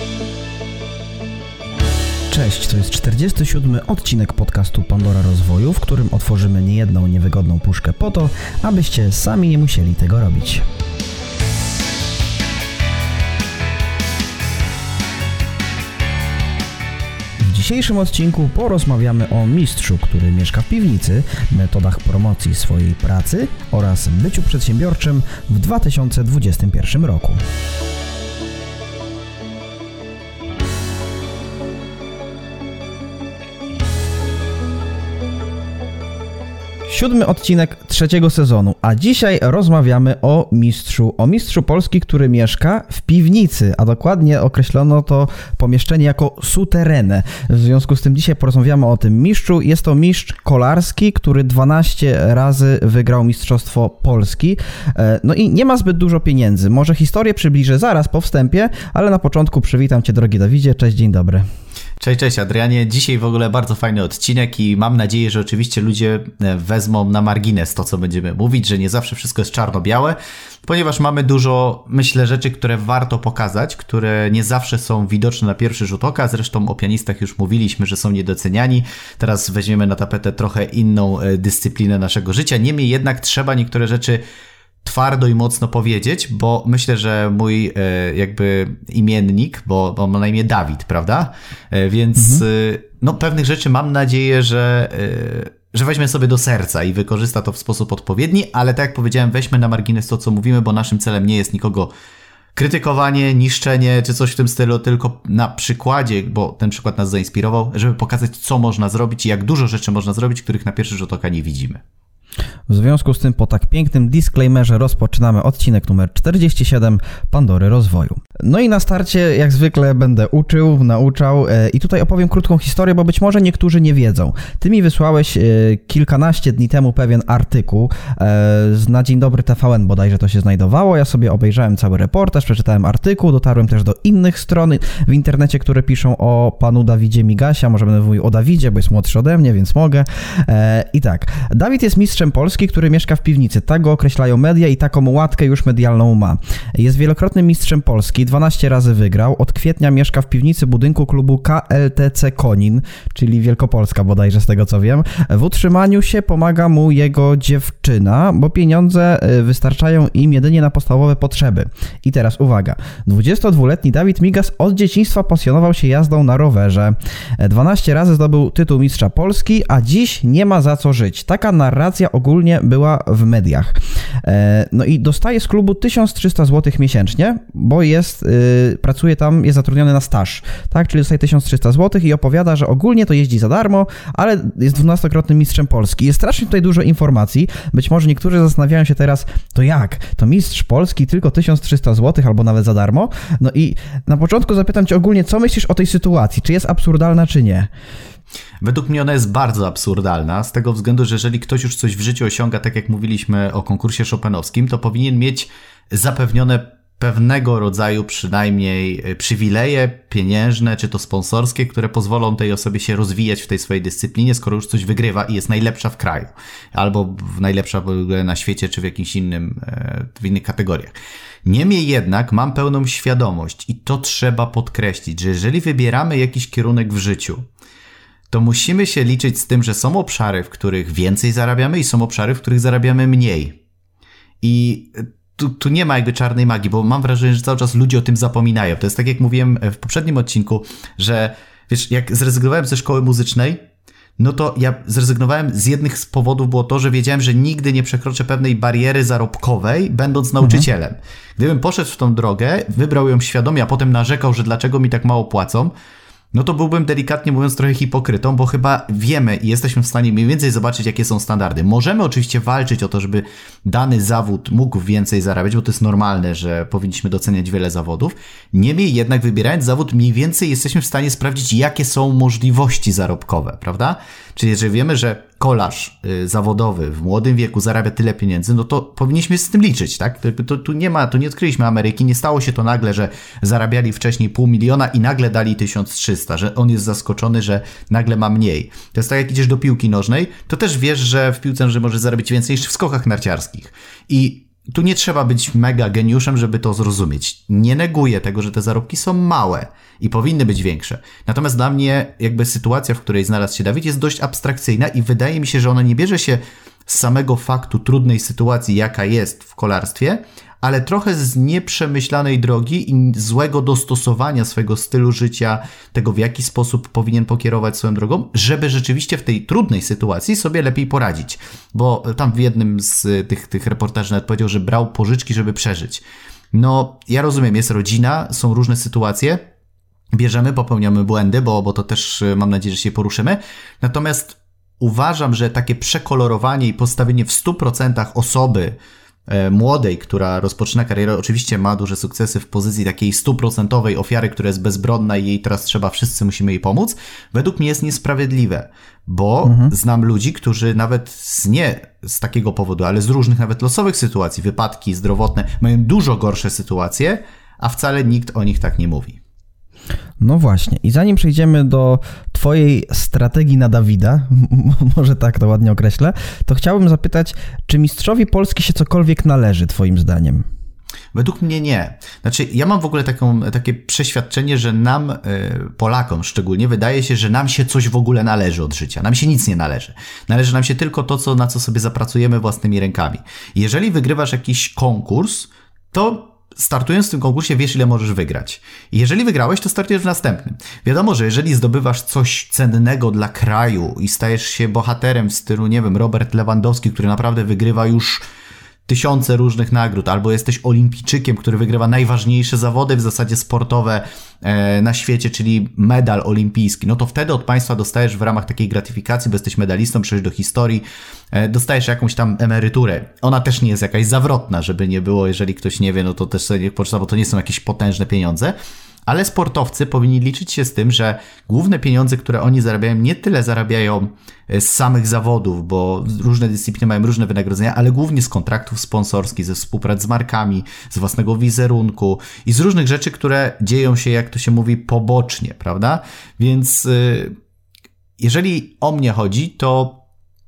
Cześć, to jest 47. odcinek podcastu Pandora Rozwoju, w którym otworzymy niejedną niewygodną puszkę po to, abyście sami nie musieli tego robić. W dzisiejszym odcinku porozmawiamy o mistrzu, który mieszka w piwnicy, metodach promocji swojej pracy oraz byciu przedsiębiorczym w 2021 roku. 7. odcinek 3. sezonu, a dzisiaj rozmawiamy o mistrzu Polski, który mieszka w piwnicy, a dokładnie określono to pomieszczenie jako suterenę. W związku z tym dzisiaj porozmawiamy o tym mistrzu. Jest to mistrz kolarski, który 12 razy wygrał Mistrzostwo Polski. No i nie ma zbyt dużo pieniędzy. Może historię przybliżę zaraz po wstępie, ale na początku przywitam Cię, drogi Dawidzie. Cześć, dzień dobry. Cześć Adrianie, dzisiaj w ogóle bardzo fajny odcinek i mam nadzieję, że oczywiście ludzie wezmą na margines to, co będziemy mówić, że nie zawsze wszystko jest czarno-białe, ponieważ mamy dużo, myślę, rzeczy, które warto pokazać, które nie zawsze są widoczne na pierwszy rzut oka, zresztą o pianistach już mówiliśmy, że są niedoceniani, teraz weźmiemy na tapetę trochę inną dyscyplinę naszego życia, niemniej jednak trzeba niektóre rzeczy twardo i mocno powiedzieć, bo myślę, że mój jakby imiennik, bo ma na imię Dawid, prawda? Więc no pewnych rzeczy mam nadzieję, że weźmie sobie do serca i wykorzysta to w sposób odpowiedni, ale tak jak powiedziałem, weźmy na margines to, co mówimy, bo naszym celem nie jest nikogo krytykowanie, niszczenie czy coś w tym stylu, tylko na przykładzie, bo ten przykład nas zainspirował, żeby pokazać, co można zrobić i jak dużo rzeczy można zrobić, których na pierwszy rzut oka nie widzimy. W związku z tym po tak pięknym disclaimerze rozpoczynamy odcinek numer 47 Pandory Rozwoju. No i na starcie jak zwykle będę nauczał i tutaj opowiem krótką historię, bo być może niektórzy nie wiedzą. Ty mi wysłałeś kilkanaście dni temu pewien artykuł na Dzień Dobry TVN bodajże to się znajdowało. Ja sobie obejrzałem cały reportaż, przeczytałem artykuł, dotarłem też do innych stron w internecie, które piszą o panu Dawidzie Migasia. Może będę mówił o Dawidzie, bo jest młodszy ode mnie, więc mogę. I tak, Dawid jest mistrzem Polski, który mieszka w piwnicy. Tak go określają media i taką łatkę już medialną ma. Jest wielokrotnym mistrzem Polski, 12 razy wygrał. Od kwietnia mieszka w piwnicy budynku klubu KLTC Konin, czyli Wielkopolska bodajże z tego co wiem. W utrzymaniu się pomaga mu jego dziewczyna, bo pieniądze wystarczają im jedynie na podstawowe potrzeby. I teraz uwaga, 22-letni Dawid Migas od dzieciństwa pasjonował się jazdą na rowerze. 12 razy zdobył tytuł mistrza Polski, a dziś nie ma za co żyć. Taka narracja ogólnie była w mediach. No i dostaje z klubu 1300 zł miesięcznie, bo pracuje tam, jest zatrudniony na staż, tak? Czyli dostaje 1300 zł i opowiada, że ogólnie to jeździ za darmo, ale jest 12-krotnym mistrzem Polski. Jest strasznie tutaj dużo informacji. Być może niektórzy zastanawiają się teraz, to jak? To mistrz Polski tylko 1300 zł albo nawet za darmo? No i na początku zapytam Cię ogólnie, co myślisz o tej sytuacji? Czy jest absurdalna, czy nie? Według mnie ona jest bardzo absurdalna, z tego względu, że jeżeli ktoś już coś w życiu osiąga, tak jak mówiliśmy o konkursie chopinowskim, to powinien mieć zapewnione pewnego rodzaju przynajmniej przywileje pieniężne, czy to sponsorskie, które pozwolą tej osobie się rozwijać w tej swojej dyscyplinie, skoro już coś wygrywa i jest najlepsza w kraju, albo najlepsza w ogóle na świecie, czy w jakimś w innych kategoriach. Niemniej jednak mam pełną świadomość i to trzeba podkreślić, że jeżeli wybieramy jakiś kierunek w życiu, to musimy się liczyć z tym, że są obszary, w których więcej zarabiamy i są obszary, w których zarabiamy mniej. I tu nie ma jakby czarnej magii, bo mam wrażenie, że cały czas ludzie o tym zapominają. To jest tak, jak mówiłem w poprzednim odcinku, że wiesz, jak zrezygnowałem ze szkoły muzycznej, no to ja zrezygnowałem z jednych z powodów było to, że wiedziałem, że nigdy nie przekroczę pewnej bariery zarobkowej, będąc nauczycielem. Gdybym poszedł w tą drogę, wybrał ją świadomie, a potem narzekał, że dlaczego mi tak mało płacą, no to byłbym delikatnie mówiąc trochę hipokrytą, bo chyba wiemy i jesteśmy w stanie mniej więcej zobaczyć, jakie są standardy. Możemy oczywiście walczyć o to, żeby dany zawód mógł więcej zarabiać, bo to jest normalne, że powinniśmy doceniać wiele zawodów. Niemniej jednak wybierając zawód mniej więcej jesteśmy w stanie sprawdzić, jakie są możliwości zarobkowe, prawda? Czyli jeżeli wiemy, że kolarz zawodowy w młodym wieku zarabia tyle pieniędzy, no to powinniśmy z tym liczyć, tak? Tu nie odkryliśmy Ameryki, nie stało się to nagle, że zarabiali wcześniej 500 000 i nagle dali 1300, że on jest zaskoczony, że nagle ma mniej. To jest tak, jak idziesz do piłki nożnej, to też wiesz, że w piłce nożnej możesz zarabiać więcej niż w skokach narciarskich. I tu nie trzeba być mega geniuszem, żeby to zrozumieć. Nie neguję tego, że te zarobki są małe i powinny być większe. Natomiast dla mnie jakby sytuacja, w której znalazł się Dawid, jest dość abstrakcyjna i wydaje mi się, że ona nie bierze się z samego faktu trudnej sytuacji, jaka jest w kolarstwie, ale trochę z nieprzemyślanej drogi i złego dostosowania swojego stylu życia, tego w jaki sposób powinien pokierować swoją drogą, żeby rzeczywiście w tej trudnej sytuacji sobie lepiej poradzić. Bo tam w jednym z tych reportaży nawet powiedział, że brał pożyczki, żeby przeżyć. No, ja rozumiem, jest rodzina, są różne sytuacje, bierzemy, popełniamy błędy, bo to też mam nadzieję, że się poruszymy. Natomiast uważam, że takie przekolorowanie i postawienie w 100% osoby młodej, która rozpoczyna karierę, oczywiście ma duże sukcesy w pozycji takiej 100% ofiary, która jest bezbronna i jej teraz trzeba, wszyscy musimy jej pomóc, według mnie jest niesprawiedliwe, bo znam ludzi, którzy nawet nie z takiego powodu, ale z różnych nawet losowych sytuacji, wypadki zdrowotne, mają dużo gorsze sytuacje, a wcale nikt o nich tak nie mówi. No właśnie. I zanim przejdziemy do twojej strategii na Dawida, może tak to ładnie określę, to chciałbym zapytać, czy mistrzowi Polski się cokolwiek należy twoim zdaniem? Według mnie nie. Znaczy, ja mam w ogóle takie przeświadczenie, że nam, Polakom szczególnie, wydaje się, że nam się coś w ogóle należy od życia. Nam się nic nie należy. Należy nam się tylko to, na co sobie zapracujemy własnymi rękami. Jeżeli wygrywasz jakiś konkurs, to startując w tym konkursie wiesz, ile możesz wygrać. I jeżeli wygrałeś, to startujesz w następnym. Wiadomo, że jeżeli zdobywasz coś cennego dla kraju i stajesz się bohaterem w stylu, nie wiem, Robert Lewandowski, który naprawdę wygrywa już tysiące różnych nagród, albo jesteś olimpijczykiem, który wygrywa najważniejsze zawody w zasadzie sportowe na świecie, czyli medal olimpijski, no to wtedy od państwa dostajesz w ramach takiej gratyfikacji, bo jesteś medalistą, przejdziesz do historii, dostajesz jakąś tam emeryturę. Ona też nie jest jakaś zawrotna, żeby nie było, jeżeli ktoś nie wie, no to też sobie niech poczyta, bo to nie są jakieś potężne pieniądze. Ale sportowcy powinni liczyć się z tym, że główne pieniądze, które oni zarabiają, nie tyle zarabiają z samych zawodów, bo różne dyscypliny mają różne wynagrodzenia, ale głównie z kontraktów sponsorskich, ze współprac z markami, z własnego wizerunku i z różnych rzeczy, które dzieją się, jak to się mówi, pobocznie, prawda? Więc jeżeli o mnie chodzi, to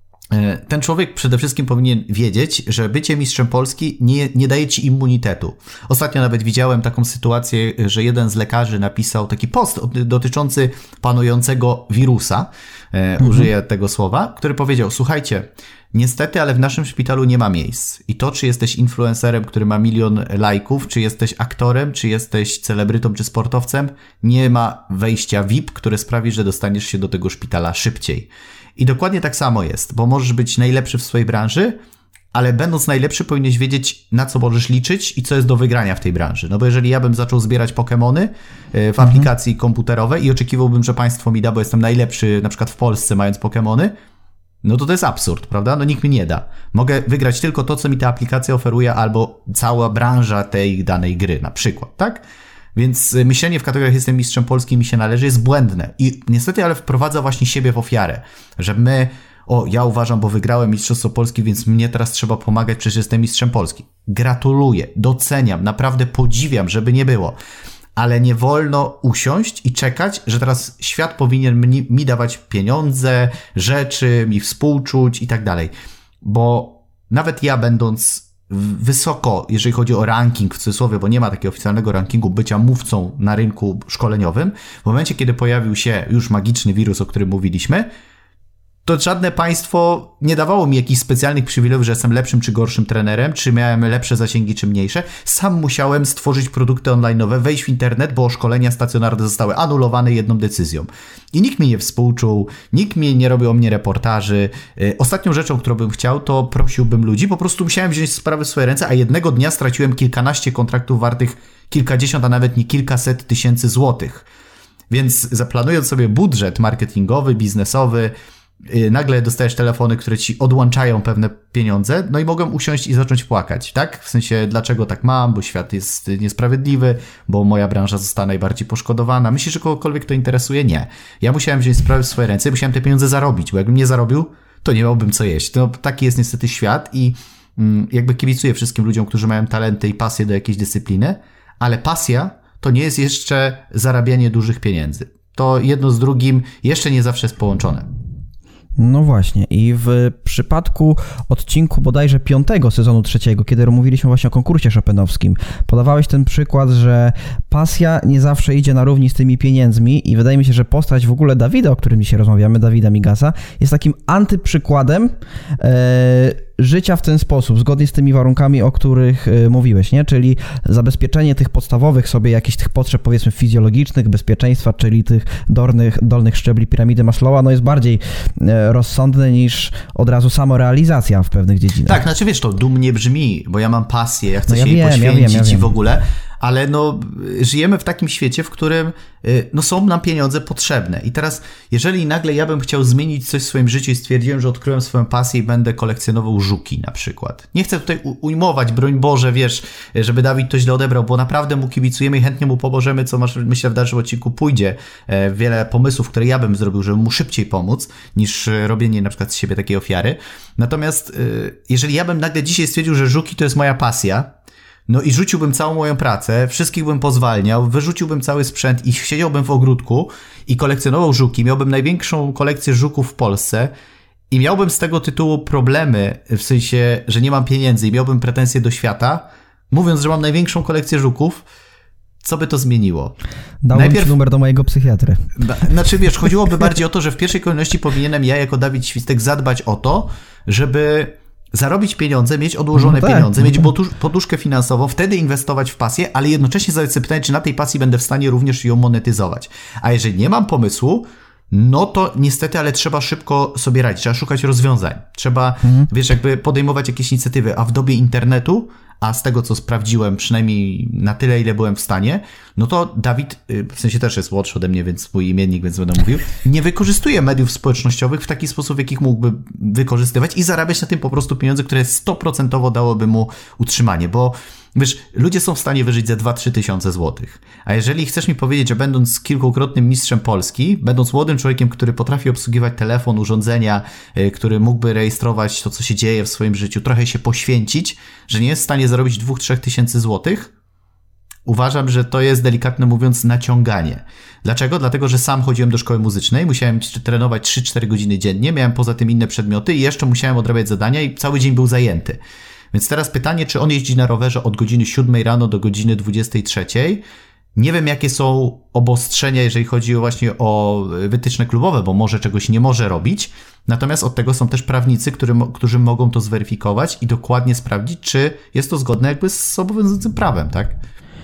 ten człowiek przede wszystkim powinien wiedzieć, że bycie mistrzem Polski nie daje ci immunitetu. Ostatnio nawet widziałem taką sytuację, że jeden z lekarzy napisał taki post dotyczący panującego wirusa, użyję tego słowa, który powiedział, słuchajcie, niestety, ale w naszym szpitalu nie ma miejsc. I to, czy jesteś influencerem, który ma 1 000 000 lajków, czy jesteś aktorem, czy jesteś celebrytą, czy sportowcem, nie ma wejścia VIP, które sprawi, że dostaniesz się do tego szpitala szybciej. I dokładnie tak samo jest, bo możesz być najlepszy w swojej branży, ale będąc najlepszy powinieneś wiedzieć, na co możesz liczyć i co jest do wygrania w tej branży. No bo jeżeli ja bym zaczął zbierać Pokemony w aplikacji komputerowej i oczekiwałbym, że państwo mi da, bo jestem najlepszy na przykład w Polsce mając Pokemony, no to jest absurd, prawda? No nikt mi nie da. Mogę wygrać tylko to, co mi ta aplikacja oferuje, albo cała branża tej danej gry na przykład, tak? Więc myślenie w kategoriach jestem mistrzem Polski, mi się należy, jest błędne. I niestety, ale wprowadza właśnie siebie w ofiarę. Że my, ja uważam, bo wygrałem Mistrzostwo Polski, więc mnie teraz trzeba pomagać, przecież jestem mistrzem Polski. Gratuluję, doceniam, naprawdę podziwiam, żeby nie było. Ale nie wolno usiąść i czekać, że teraz świat powinien mi dawać pieniądze, rzeczy, mi współczuć i tak dalej. Bo nawet ja będąc wysoko, jeżeli chodzi o ranking w cudzysłowie, bo nie ma takiego oficjalnego rankingu bycia mówcą na rynku szkoleniowym, w momencie, kiedy pojawił się już magiczny wirus, o którym mówiliśmy, to żadne państwo nie dawało mi jakichś specjalnych przywilejów, że jestem lepszym czy gorszym trenerem, czy miałem lepsze zasięgi, czy mniejsze. Sam musiałem stworzyć produkty online'owe, wejść w internet, bo szkolenia stacjonarne zostały anulowane jedną decyzją. I nikt mi nie współczuł, nikt mi nie robił o mnie reportaży. Ostatnią rzeczą, którą bym chciał, to prosiłbym ludzi, po prostu musiałem wziąć sprawy w swoje ręce, a jednego dnia straciłem kilkanaście kontraktów wartych kilkadziesiąt, a nawet nie kilkaset tysięcy złotych. Więc zaplanując sobie budżet marketingowy, biznesowy, nagle dostajesz telefony, które ci odłączają pewne pieniądze, no i mogę usiąść i zacząć płakać, tak? W sensie, dlaczego tak mam, bo świat jest niesprawiedliwy, bo moja branża została najbardziej poszkodowana. Myślisz, że kogokolwiek to interesuje? Nie. Ja musiałem wziąć sprawy w swoje ręce, musiałem te pieniądze zarobić, bo jakbym nie zarobił, to nie miałbym co jeść. No, taki jest niestety świat i jakby kibicuję wszystkim ludziom, którzy mają talenty i pasję do jakiejś dyscypliny, ale pasja to nie jest jeszcze zarabianie dużych pieniędzy. To jedno z drugim jeszcze nie zawsze jest połączone. No właśnie i w przypadku odcinku bodajże 5. sezonu 3, kiedy mówiliśmy właśnie o konkursie chopinowskim, podawałeś ten przykład, że pasja nie zawsze idzie na równi z tymi pieniędzmi i wydaje mi się, że postać w ogóle Dawida, o którym dzisiaj rozmawiamy, Dawida Migasa, jest takim antyprzykładem życia w ten sposób, zgodnie z tymi warunkami, o których mówiłeś, nie? Czyli zabezpieczenie tych podstawowych sobie jakichś tych potrzeb, powiedzmy, fizjologicznych, bezpieczeństwa, czyli tych dolnych szczebli piramidy Maslowa, no jest bardziej rozsądne niż od razu samorealizacja w pewnych dziedzinach. Tak, znaczy wiesz, to dumnie brzmi, bo ja mam pasję, ja chcę się jej wiem, poświęcić i w ogóle, ale no żyjemy w takim świecie, w którym no są nam pieniądze potrzebne i teraz jeżeli nagle ja bym chciał zmienić coś w swoim życiu i stwierdziłem, że odkryłem swoją pasję i będę kolekcjonował żuki na przykład. Nie chcę tutaj ujmować, broń Boże, wiesz, żeby Dawid to źle odebrał, bo naprawdę mu kibicujemy i chętnie mu pomożemy, co myślę w dalszym odcinku pójdzie. Wiele pomysłów, które ja bym zrobił, żeby mu szybciej pomóc, niż robienie na przykład z siebie takiej ofiary. Natomiast jeżeli ja bym nagle dzisiaj stwierdził, że żuki to jest moja pasja, no i rzuciłbym całą moją pracę, wszystkich bym pozwalniał, wyrzuciłbym cały sprzęt i siedziałbym w ogródku i kolekcjonował żuki, miałbym największą kolekcję żuków w Polsce i miałbym z tego tytułu problemy, w sensie, że nie mam pieniędzy i miałbym pretensje do świata, mówiąc, że mam największą kolekcję żuków, co by to zmieniło? Dałem ci numer do mojego psychiatry. Znaczy wiesz, chodziłoby bardziej o to, że w pierwszej kolejności powinienem ja jako Dawid Świstek zadbać o to, żeby zarobić pieniądze, mieć odłożone pieniądze, mieć poduszkę finansową, wtedy inwestować w pasję, ale jednocześnie zadać sobie pytanie, czy na tej pasji będę w stanie również ją monetyzować. A jeżeli nie mam pomysłu, no to niestety, ale trzeba szybko sobie radzić, trzeba szukać rozwiązań, trzeba, wiesz, jakby podejmować jakieś inicjatywy, a w dobie internetu, a z tego, co sprawdziłem, przynajmniej na tyle, ile byłem w stanie, no to Dawid, w sensie też jest młodszy ode mnie, więc mój imiennik, więc będę mówił, nie wykorzystuje mediów społecznościowych w taki sposób, w jakich mógłby wykorzystywać i zarabiać na tym po prostu pieniądze, które 100% dałoby mu utrzymanie, bo wiesz, ludzie są w stanie wyżyć za 2-3 tysiące złotych. A jeżeli chcesz mi powiedzieć, że będąc kilkukrotnym mistrzem Polski, będąc młodym człowiekiem, który potrafi obsługiwać telefon, urządzenia, który mógłby rejestrować to, co się dzieje w swoim życiu, trochę się poświęcić, że nie jest w stanie zarobić 2-3 tysięcy złotych, uważam, że to jest, delikatnie mówiąc, naciąganie. Dlaczego? Dlatego, że sam chodziłem do szkoły muzycznej, musiałem trenować 3-4 godziny dziennie, miałem poza tym inne przedmioty i jeszcze musiałem odrabiać zadania i cały dzień był zajęty. Więc teraz pytanie, czy on jeździ na rowerze od godziny 7 rano do godziny 23. Nie wiem, jakie są obostrzenia, jeżeli chodzi właśnie o wytyczne klubowe, bo może czegoś nie może robić. Natomiast od tego są też prawnicy, którzy mogą to zweryfikować i dokładnie sprawdzić, czy jest to zgodne jakby z obowiązującym prawem, tak?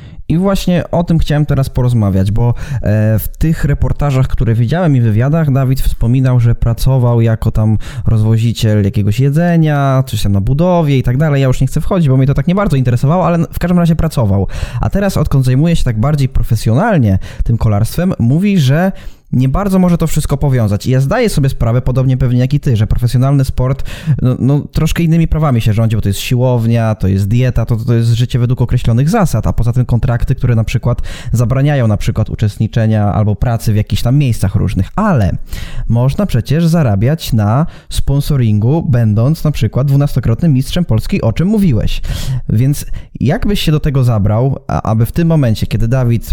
I właśnie o tym chciałem teraz porozmawiać, bo w tych reportażach, które widziałem i wywiadach, Dawid wspominał, że pracował jako tam rozwoziciel jakiegoś jedzenia, coś tam na budowie i tak dalej. Ja już nie chcę wchodzić, bo mnie to tak nie bardzo interesowało, ale w każdym razie pracował. A teraz, odkąd zajmuje się tak bardziej profesjonalnie tym kolarstwem, mówi, że nie bardzo może to wszystko powiązać. I ja zdaję sobie sprawę, podobnie pewnie jak i ty, że profesjonalny sport no troszkę innymi prawami się rządzi, bo to jest siłownia, to jest dieta, to jest życie według określonych zasad, a poza tym kontrakty, które na przykład zabraniają na przykład uczestniczenia albo pracy w jakichś tam miejscach różnych, ale można przecież zarabiać na sponsoringu, będąc na przykład 12-krotnym mistrzem Polski, o czym mówiłeś. Więc jak byś się do tego zabrał, aby w tym momencie, kiedy Dawid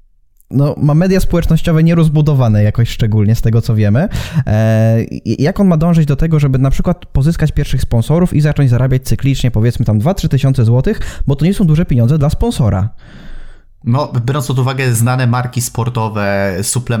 ma media społecznościowe nierozbudowane jakoś szczególnie z tego, co wiemy. Jak on ma dążyć do tego, żeby na przykład pozyskać pierwszych sponsorów i zacząć zarabiać cyklicznie, powiedzmy tam 2-3 tysiące złotych, bo to nie są duże pieniądze dla sponsora. No, biorąc pod uwagę znane marki sportowe,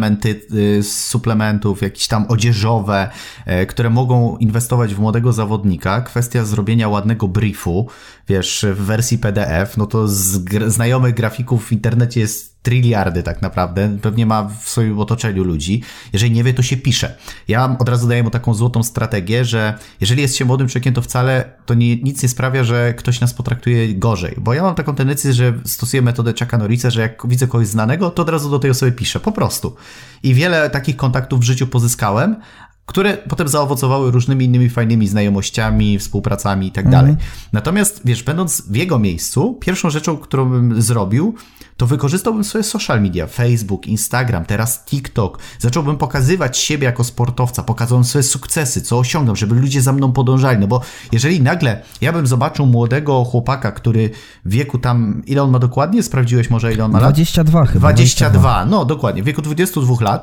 suplementów, jakieś tam odzieżowe, które mogą inwestować w młodego zawodnika, kwestia zrobienia ładnego briefu, wiesz, w wersji PDF, no to znajomych grafików w internecie jest triliardy tak naprawdę, pewnie ma w swoim otoczeniu ludzi. Jeżeli nie wie, to się pisze. Ja od razu daję mu taką złotą strategię, że jeżeli jest się młodym człowiekiem, to wcale to nic nie sprawia, że ktoś nas potraktuje gorzej. Bo ja mam taką tendencję, że stosuję metodę Chucka Norrisa, że jak widzę kogoś znanego, to od razu do tej osoby piszę, po prostu. I wiele takich kontaktów w życiu pozyskałem, które potem zaowocowały różnymi innymi fajnymi znajomościami, współpracami i tak dalej. Natomiast, wiesz, będąc w jego miejscu, pierwszą rzeczą, którą bym zrobił, to wykorzystałbym swoje social media, Facebook, Instagram, teraz TikTok. Zacząłbym pokazywać siebie jako sportowca, pokazałem swoje sukcesy, co osiągnął, żeby ludzie za mną podążali. No bo jeżeli nagle ja bym zobaczył młodego chłopaka, który w wieku tam, ile on ma dokładnie? Sprawdziłeś może, ile on ma lat? 22 chyba. 22, no dokładnie, w wieku 22 lat,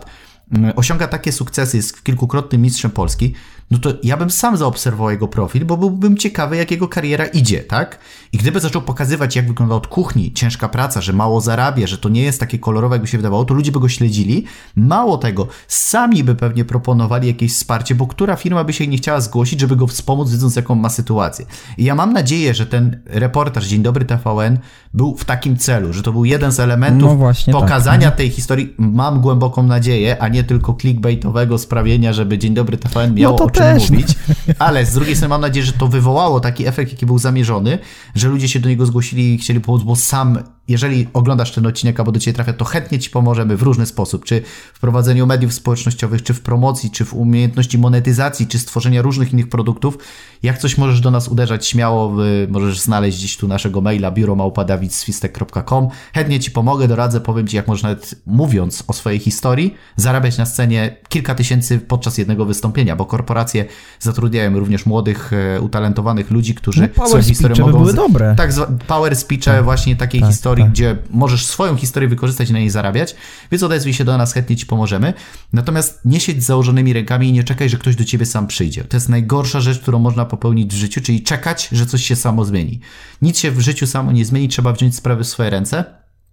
osiąga takie sukcesy, jest kilkukrotnym mistrzem Polski, no to ja bym sam zaobserwował jego profil, bo byłbym ciekawy, jak jego kariera idzie, tak? I gdyby zaczął pokazywać, jak wygląda od kuchni, ciężka praca, że mało zarabia, że to nie jest takie kolorowe, jakby się wydawało, to ludzie by go śledzili. Mało tego, sami by pewnie proponowali jakieś wsparcie, bo która firma by się nie chciała zgłosić, żeby go wspomóc, wiedząc, jaką ma sytuację. I ja mam nadzieję, że ten reportaż Dzień Dobry TVN był w takim celu, że to był jeden z elementów pokazania tej historii. Mam głęboką nadzieję, a nie tylko clickbaitowego sprawienia, żeby Dzień Dobry TVN miał o czym mówić. Ale z drugiej strony mam nadzieję, że to wywołało taki efekt, jaki był zamierzony, że ludzie się do niego zgłosili i chcieli pomóc, bo sam, jeżeli oglądasz ten odcinek albo do Ciebie trafia, to chętnie Ci pomożemy w różny sposób, czy w prowadzeniu mediów społecznościowych, czy w promocji, czy w umiejętności monetyzacji, czy stworzenia różnych innych produktów. Jak coś możesz do nas uderzać, śmiało możesz znaleźć gdzieś tu naszego maila biuro@dawidswistek.com. Chętnie Ci pomogę, doradzę, powiem Ci, jak możesz nawet, mówiąc o swojej historii, zarabiać na scenie kilka tysięcy podczas jednego wystąpienia, bo korporacje zatrudniają również młodych, utalentowanych ludzi, którzy swoją historię mogą... były dobre. Tak, power speeche właśnie takiej historii, gdzie możesz swoją historię wykorzystać i na niej zarabiać, więc odezwij się do nas, chętnie Ci pomożemy. Natomiast nie siedź z założonymi rękami i nie czekaj, że ktoś do Ciebie sam przyjdzie. To jest najgorsza rzecz, którą można popełnić w życiu, czyli czekać, że coś się samo zmieni. Nic się w życiu samo nie zmieni, trzeba wziąć sprawy w swoje ręce.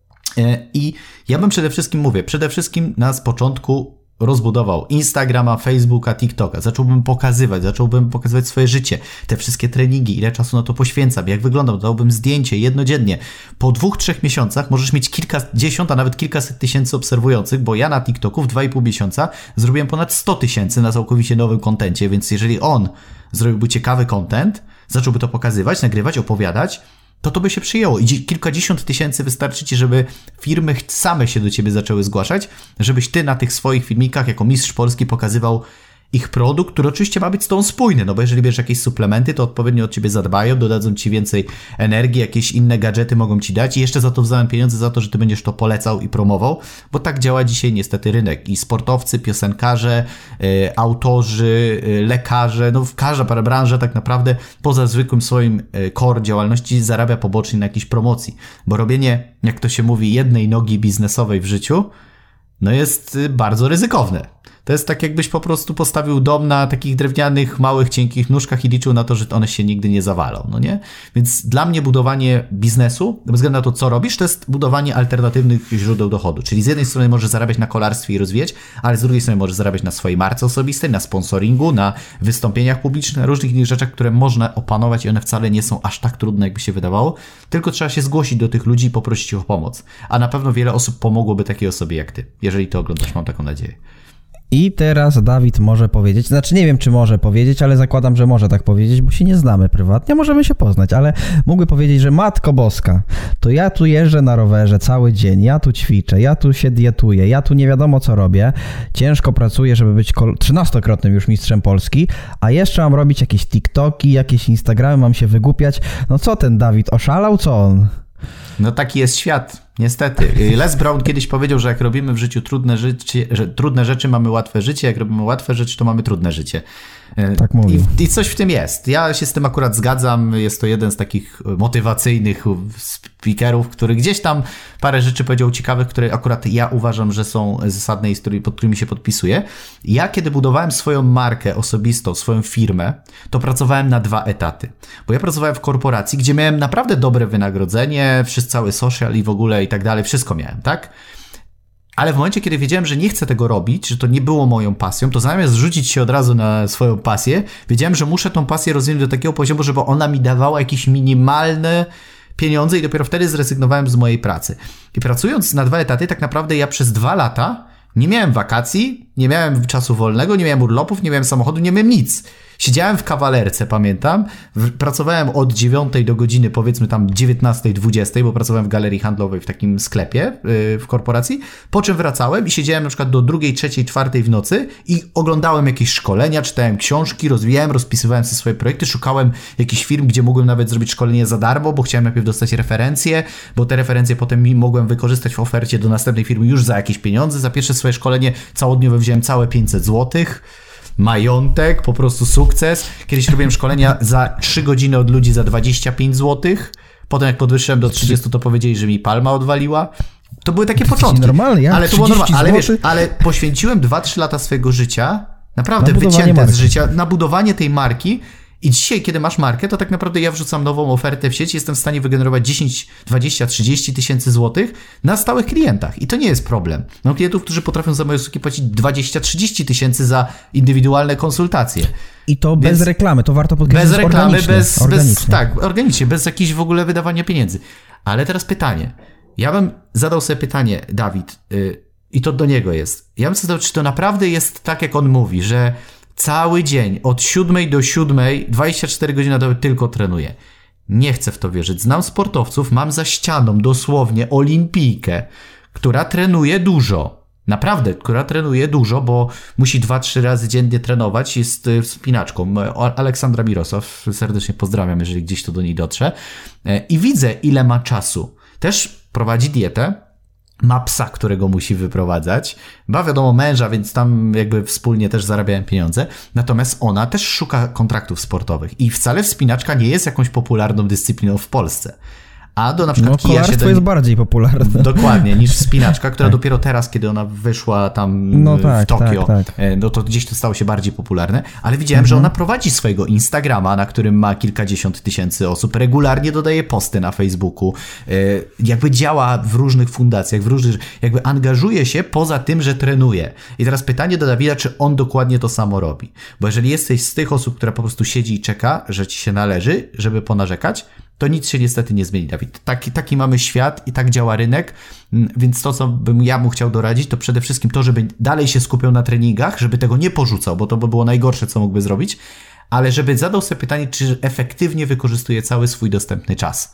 I ja bym przede wszystkim na początku rozbudował Instagrama, Facebooka, TikToka. Zacząłbym pokazywać swoje życie, te wszystkie treningi, ile czasu na to poświęcam, jak wyglądam, dałbym zdjęcie jednodziennie. Po 2-3 miesiącach możesz mieć kilkadziesiąt, a nawet kilkaset tysięcy obserwujących, bo ja na TikToku w 2,5 miesiąca zrobiłem ponad 100 tysięcy na całkowicie nowym kontencie, więc jeżeli on zrobiłby ciekawy content, zacząłby to pokazywać, nagrywać, opowiadać, to by się przyjęło i kilkadziesiąt tysięcy wystarczy Ci, żeby firmy same się do Ciebie zaczęły zgłaszać, żebyś Ty na tych swoich filmikach jako mistrz Polski pokazywał ich produkt, który oczywiście ma być z tą spójny, no bo jeżeli bierzesz jakieś suplementy, to odpowiednio od Ciebie zadbają, dodadzą Ci więcej energii, jakieś inne gadżety mogą Ci dać i jeszcze za to w zamian pieniądze za to, że Ty będziesz to polecał i promował, bo tak działa dzisiaj niestety rynek i sportowcy, piosenkarze, autorzy, lekarze, no każda branża tak naprawdę poza zwykłym swoim core działalności zarabia pobocznie na jakiejś promocji, bo robienie, jak to się mówi, jednej nogi biznesowej w życiu, no jest bardzo ryzykowne. To jest tak, jakbyś po prostu postawił dom na takich drewnianych, małych, cienkich nóżkach i liczył na to, że one się nigdy nie zawalą, no nie? Więc dla mnie budowanie biznesu, bez względu na to, co robisz, to jest budowanie alternatywnych źródeł dochodu. Czyli z jednej strony możesz zarabiać na kolarstwie i rozwijać, ale z drugiej strony możesz zarabiać na swojej marce osobistej, na sponsoringu, na wystąpieniach publicznych, na różnych innych rzeczach, które można opanować i one wcale nie są aż tak trudne, jakby się wydawało, tylko trzeba się zgłosić do tych ludzi i poprosić ich o pomoc. A na pewno wiele osób pomogłoby takiej osobie jak Ty, jeżeli to oglądasz, mam taką nadzieję. I teraz Dawid może powiedzieć, znaczy nie wiem, czy może powiedzieć, ale zakładam, że może tak powiedzieć, bo się nie znamy prywatnie, możemy się poznać, ale mógłby powiedzieć, że Matko Boska, to ja tu jeżdżę na rowerze cały dzień, ja tu ćwiczę, ja tu się dietuję, ja tu nie wiadomo co robię, ciężko pracuję, żeby być 13-krotnym już mistrzem Polski, a jeszcze mam robić jakieś TikToki, jakieś Instagramy, mam się wygłupiać. No co ten Dawid, oszalał? Co on? No taki jest świat, niestety. Les Brown kiedyś powiedział, że jak robimy w życiu trudne rzeczy, mamy łatwe życie, jak robimy łatwe rzeczy, to mamy trudne życie. Tak mówił. I coś w tym jest. Ja się z tym akurat zgadzam. Jest to jeden z takich motywacyjnych speakerów, który gdzieś tam parę rzeczy powiedział ciekawych, które akurat ja uważam, że są zasadne i pod którymi się podpisuję. Ja kiedy budowałem swoją markę osobistą, swoją firmę, to pracowałem na 2 etaty. Bo ja pracowałem w korporacji, gdzie miałem naprawdę dobre wynagrodzenie, cały social i w ogóle i tak dalej, wszystko miałem, tak? Ale w momencie, kiedy wiedziałem, że nie chcę tego robić, że to nie było moją pasją, to zamiast rzucić się od razu na swoją pasję, wiedziałem, że muszę tą pasję rozwinąć do takiego poziomu, żeby ona mi dawała jakieś minimalne pieniądze i dopiero wtedy zrezygnowałem z mojej pracy. I pracując na 2 etaty, tak naprawdę ja przez 2 lata nie miałem wakacji, nie miałem czasu wolnego, nie miałem urlopów, nie miałem samochodu, nie miałem nic. Siedziałem w kawalerce, pamiętam, pracowałem od 9 do godziny powiedzmy tam 19-20, bo pracowałem w galerii handlowej w takim sklepie w korporacji, po czym wracałem i siedziałem na przykład do 2, 3, 4 w nocy i oglądałem jakieś szkolenia, czytałem książki, rozpisywałem sobie swoje projekty, szukałem jakichś firm, gdzie mogłem nawet zrobić szkolenie za darmo, bo chciałem najpierw dostać referencje, bo te referencje potem mogłem wykorzystać w ofercie do następnej firmy już za jakieś pieniądze. Za pierwsze swoje szkolenie całodniowe wziąłem całe 500 złotych. Majątek, po prostu sukces. Kiedyś robiłem szkolenia za 3 godziny od ludzi za 25 zł. Potem jak podwyższyłem do 30, to powiedzieli, że mi palma odwaliła. To były takie początki. Normalny, ja ale to było normalne. Ale wiesz, zł? ale poświęciłem 2-3 lata swojego życia, naprawdę Na budowanie wycięte z marki. życia, na budowanie tej marki. I dzisiaj, kiedy masz markę, to tak naprawdę ja wrzucam nową ofertę w sieci, jestem w stanie wygenerować 10, 20, 30 tysięcy złotych na stałych klientach. I to nie jest problem. Mam klientów, którzy potrafią za moje usługi płacić 20-30 tysięcy za indywidualne konsultacje. I to bez reklamy, to warto podkreślić. Bez reklamy, organicznie. organicznie, bez jakichś w ogóle wydawania pieniędzy. Ale teraz pytanie. Ja bym zadał sobie pytanie, Dawid, i to do niego jest. Ja bym sobie zadał, czy to naprawdę jest tak, jak on mówi, że cały dzień, od 7 do 7, 24 godziny na dobę tylko trenuje. Nie chcę w to wierzyć. Znam sportowców, mam za ścianą dosłownie olimpijkę, która trenuje dużo. Naprawdę, która trenuje dużo, bo musi 2-3 razy dziennie trenować, jest wspinaczką. Aleksandra Mirosław, serdecznie pozdrawiam, jeżeli gdzieś to do niej dotrze. I widzę, ile ma czasu. Też prowadzi dietę. Ma psa, którego musi wyprowadzać. Ma wiadomo męża, więc tam jakby wspólnie też zarabiają pieniądze. Natomiast ona też szuka kontraktów sportowych. I wcale wspinaczka nie jest jakąś popularną dyscypliną w Polsce. A do na przykład kija się... jest bardziej popularne. Dokładnie, niż wspinaczka, która dopiero teraz, kiedy ona wyszła tam w Tokio, no to gdzieś to stało się bardziej popularne. Ale widziałem, że ona prowadzi swojego Instagrama, na którym ma kilkadziesiąt tysięcy osób, regularnie dodaje posty na Facebooku, jakby działa w różnych fundacjach, jakby angażuje się poza tym, że trenuje. I teraz pytanie do Dawida, czy on dokładnie to samo robi. Bo jeżeli jesteś z tych osób, która po prostu siedzi i czeka, że ci się należy, żeby ponarzekać, to nic się niestety nie zmieni, Dawid. Taki mamy świat i tak działa rynek, więc to, co bym ja mu chciał doradzić, to przede wszystkim to, żeby dalej się skupiał na treningach, żeby tego nie porzucał, bo to by było najgorsze, co mógłby zrobić, ale żeby zadał sobie pytanie, czy efektywnie wykorzystuje cały swój dostępny czas.